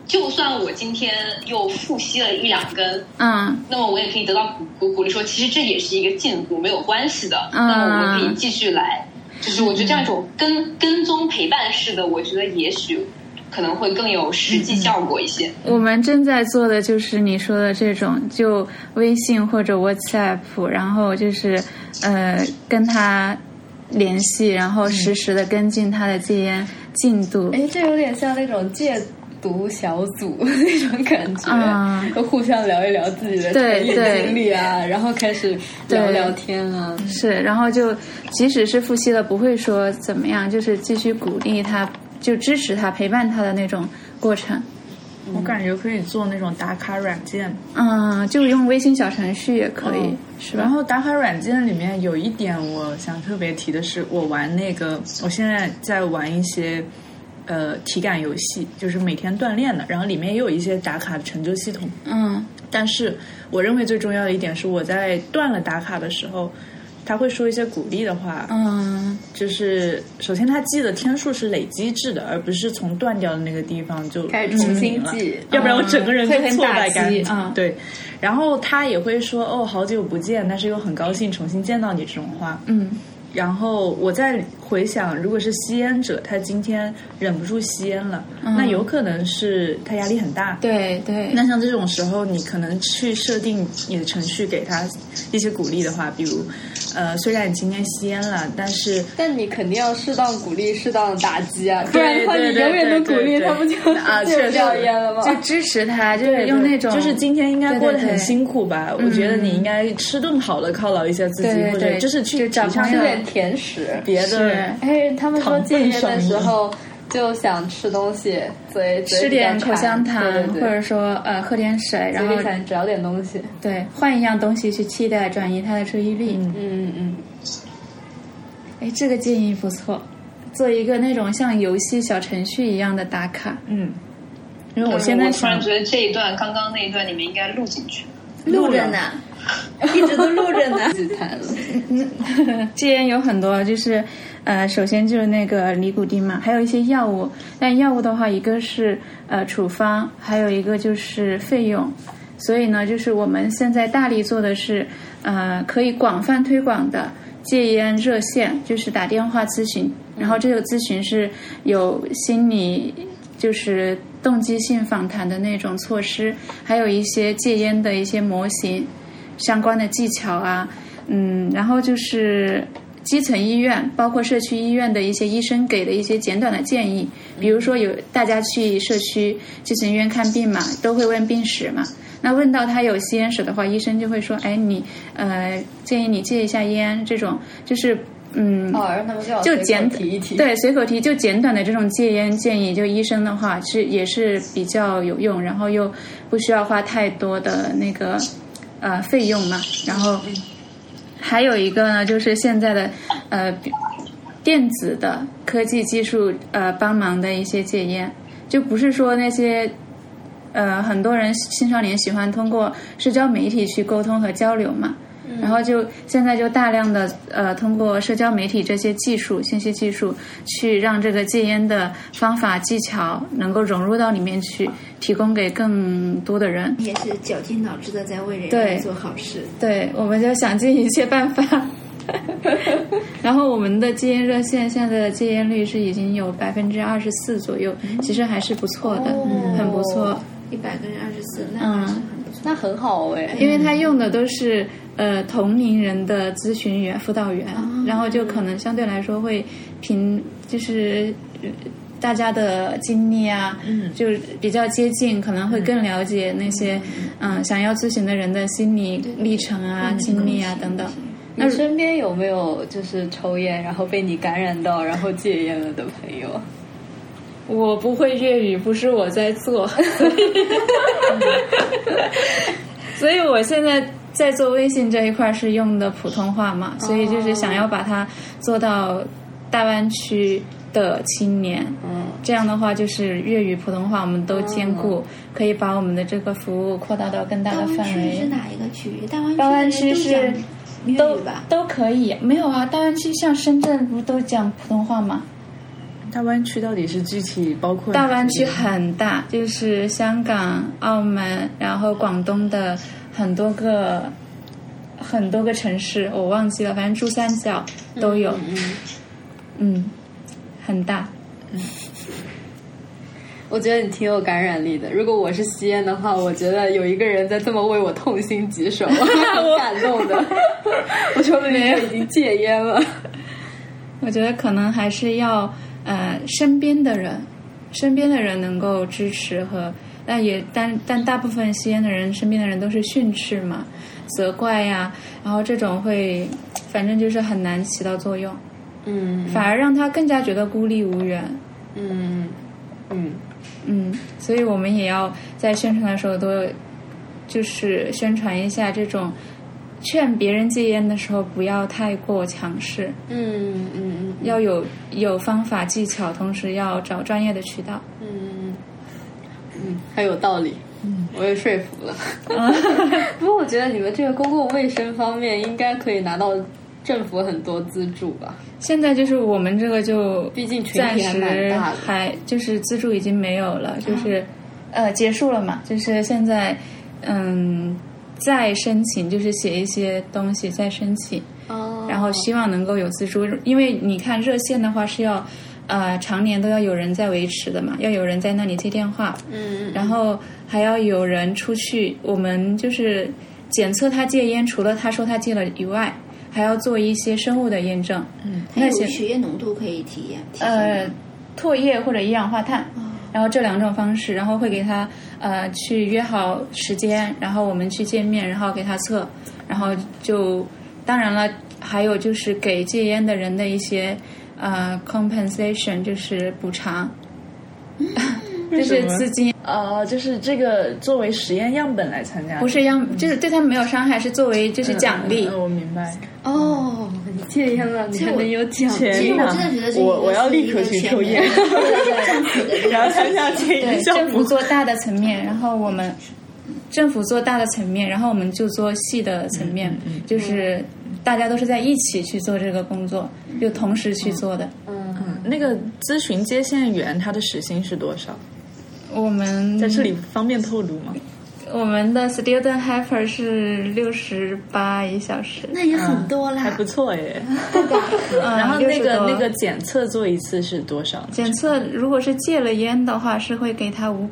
就算我今天又复吸了1-2根，那么我也可以得到鼓励说，其实这也是一个进步，没有关系的。那么我们可以继续来，就是我觉得这样一种跟踪陪伴式的，我觉得也许可能会更有实际效果一些。 我们正在做的就是你说的这种，就微信或者 WhatsApp， 然后就是跟他联系，然后实时的跟进他的戒烟进度。 这有点像那种戒毒小组那种感觉，都互相聊一聊自己的成瘾经历啊，然后开始聊聊天啊。 是，然后就即使是复吸了，不会说怎么样，就是继续鼓励他，就支持他、陪伴他的那种过程。 我感觉可以做那种打卡软件， 就用微信小程序也可以，是吧？ 然后打卡软件里面有一点我想特别提的是，我现在在玩一些体感游戏，就是每天锻炼的，然后里面也有一些打卡的成就系统。但是我认为最重要的一点是，我在断了打卡的时候，他会说一些鼓励的话，就是首先他记的天数是累积制的，而不是从断掉的那个地方就开始重新记， 要不然我整个人就挫败感。 对， 然后他也会说好久不见，但是又很高兴重新见到你这种话。然后我在回想，如果是吸烟者，他今天忍不住吸烟了，那有可能是他压力很大。 对对。 那像这种时候，你可能去设定你的程序，给他一些鼓励的话，比如，虽然你今天吸烟了，但你肯定要适当鼓励、适当打击啊，不然的话你永远都鼓励他，不就戒不掉烟了吗？ 就支持他，就是用那种， 就是今天应该过得很辛苦吧？我觉得你应该吃顿好的犒劳一下自己，或者就是去找吃点甜食， 别的。 他们说戒烟的时候就想吃东西， 吃点口香糖，或者说喝点水，然后找点东西， 对，换一样东西去替代，转移他的注意力。这个建议不错，做一个那种像游戏小程序一样的打卡。 因为我现在突然觉得这一段刚刚那一段你们应该录进去， 录着呢，一直都录着呢。 戒烟有很多，就是首先就是那个尼古丁嘛，还有一些药物。但药物的话，一个是处方，还有一个就是费用。所以呢，就是我们现在大力做的是可以广泛推广的戒烟热线，就是打电话咨询，然后这个咨询是有心理就是动机性访谈的那种措施，还有一些戒烟的一些模型相关的技巧啊，然后就是基层医院包括社区医院的一些医生给的一些简短的建议，比如说大家去社区基层医院看病嘛，都会问病史嘛，那问到他有吸烟史的话，医生就会说你建议你戒一下烟，这种就是让他们就提一提， 对，随口提，就简短的这种戒烟建议，就医生的话也是比较有用，然后又不需要花太多的那个费用嘛。然后还有一个呢，就是现在的电子的科技技术帮忙的一些戒烟，就不是说那些很多人青少年喜欢通过社交媒体去沟通和交流嘛。然后现在就大量的通过社交媒体这些技术、信息技术，去让这个戒烟的方法技巧能够融入到里面去，提供给更多的人。 也是绞尽脑汁的在为人类做好事。 对，我们就想尽一切办法。然后我们的戒烟热线现在的戒烟率是已经有24%左右，其实还是不错的，很不错。 100个人24%， 那很好因为他用的都是同龄人的咨询员、辅导员，然后就可能相对来说会就是大家的经历啊，就比较接近，可能会更了解那些想要咨询的人的心理历程啊、经历啊等等。 你身边有没有就是抽烟然后被你感染到然后戒烟了的朋友？ 我不会粤语，不是我在做，所以我现在在做微信这一块是用的普通话嘛，所以就是想要把它做到大湾区的青年，这样的话就是粤语、普通话我们都兼顾，可以把我们的这个服务扩大到更大的范围。 大湾区是哪一个区域？ 大湾区是都可以，没有啊？大湾区像深圳不都讲普通话吗？ 大湾区到底是具体包括？ 大湾区很大，就是香港、澳门，然后广东的很多个城市，我忘记了，反正珠三角都有。很大。 我觉得你挺有感染力的。如果我是吸烟的话，我觉得有一个人在这么为我痛心疾首，我很感动的。我说不定已经戒烟了。 我觉得可能还是要身边的人能够支持和，但大部分吸烟的人身边的人都是训斥嘛、责怪呀，然后这种会反正就是很难起到作用。反而让他更加觉得孤立无援。所以我们也要在宣传的时候都就是宣传一下这种劝别人戒烟的时候不要太过强势。要有方法技巧，同时要找专业的渠道。 很有道理。我也说服了。不过我觉得你们这个公共卫生方面应该可以拿到政府很多资助吧。 现在就是我们这个就毕竟群体还蛮大的， 还就是资助已经没有了，就是结束了嘛，就是现在再申请，就是写一些东西再申请，然后希望能够有资助。因为你看热线的话是要常年都要有人在维持的嘛，要有人在那里接电话，然后还要有人出去，我们就是检测他戒烟，除了他说他戒了以外，还要做一些生物的验证。 还有血液浓度可以体验唾液或者一氧化碳，然后这两种方式，然后会给他去约好时间，然后我们去见面，然后给他测，然后就当然了，还有就是给戒烟的人的一些compensation， 就是补偿。就是资金就是这个作为实验样本来参加， 不是就是对他们没有伤害，是作为就是奖励。 我明白。 你戒烟了，你还能有奖励？ 其实我真的觉得我要立刻去抽烟，然后参加戒烟项目。 政府做大的层面，然后我们政府做大的层面，然后我们就做细的层面，就是大家都是在一起去做这个工作，就同时去做的。 那个咨询接线员他的时薪是多少？ 我们在这里方便透露吗？ 我们的 student helper 是68一小时， 那也很多啦， 还不错耶。 对吧？ 然后那个检测做一次是多少？ 检测如果是戒了烟的话，是会给他500。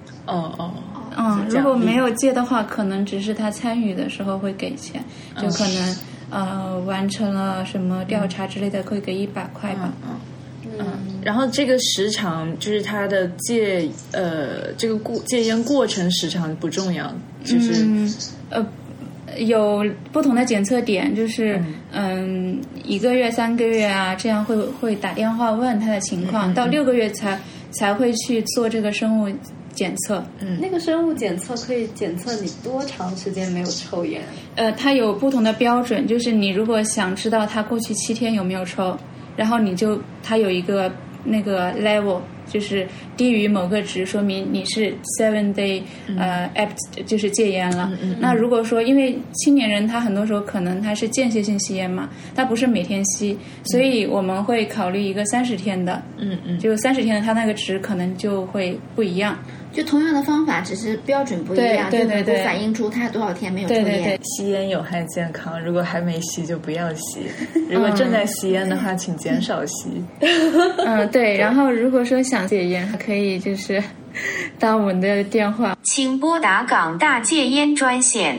如果没有戒的话，可能只是他参与的时候会给钱，就可能完成了什么调查之类的，会给100块吧。 然后这个时长就是他的戒烟过程时长不重要，就是有不同的检测点，就是1个月、3个月啊，这样会打电话问他的情况，到6个月才会去做这个生物检测。 那个生物检测可以检测你多长时间没有抽烟？ 它有不同的标准，就是你如果想知道他过去7天有没有抽，然后它有一个那个 level， 就是低于某个值，说明你是 7 day apt， 就是戒烟了。那如果说因为青年人他很多时候可能他是间歇性吸烟嘛，他不是每天吸，所以我们会考虑一个30天的，就30天的他那个值可能就会不一样。 就同样的方法，只是标准不一样， 对， 不反映出他多少天没有抽烟。 对， 吸烟有害健康，如果还没吸就不要吸，如果正在吸烟的话，请减少吸。 对。然后如果说想戒烟，可以就是打我们的电话， 请拨打港大戒烟专线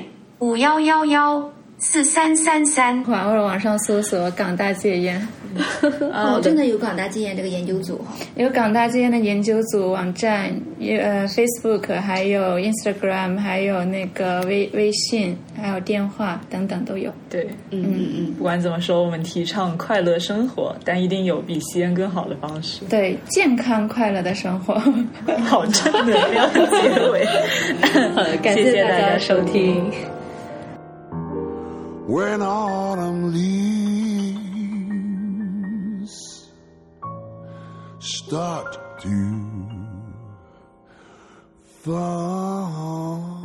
51114333， 或者网上搜索港大戒烟。 真的有港大戒烟这个研究组， 有港大戒烟的研究组网站，Facebook 还有 Instagram， 还有那个微信，还有电话等等都有。 对，不管怎么说，我们提倡快乐生活，但一定有比吸烟更好的方式。 对，健康快乐的生活。 好正能量的结尾。 感谢大家收听。 When autumn leaves start to fall.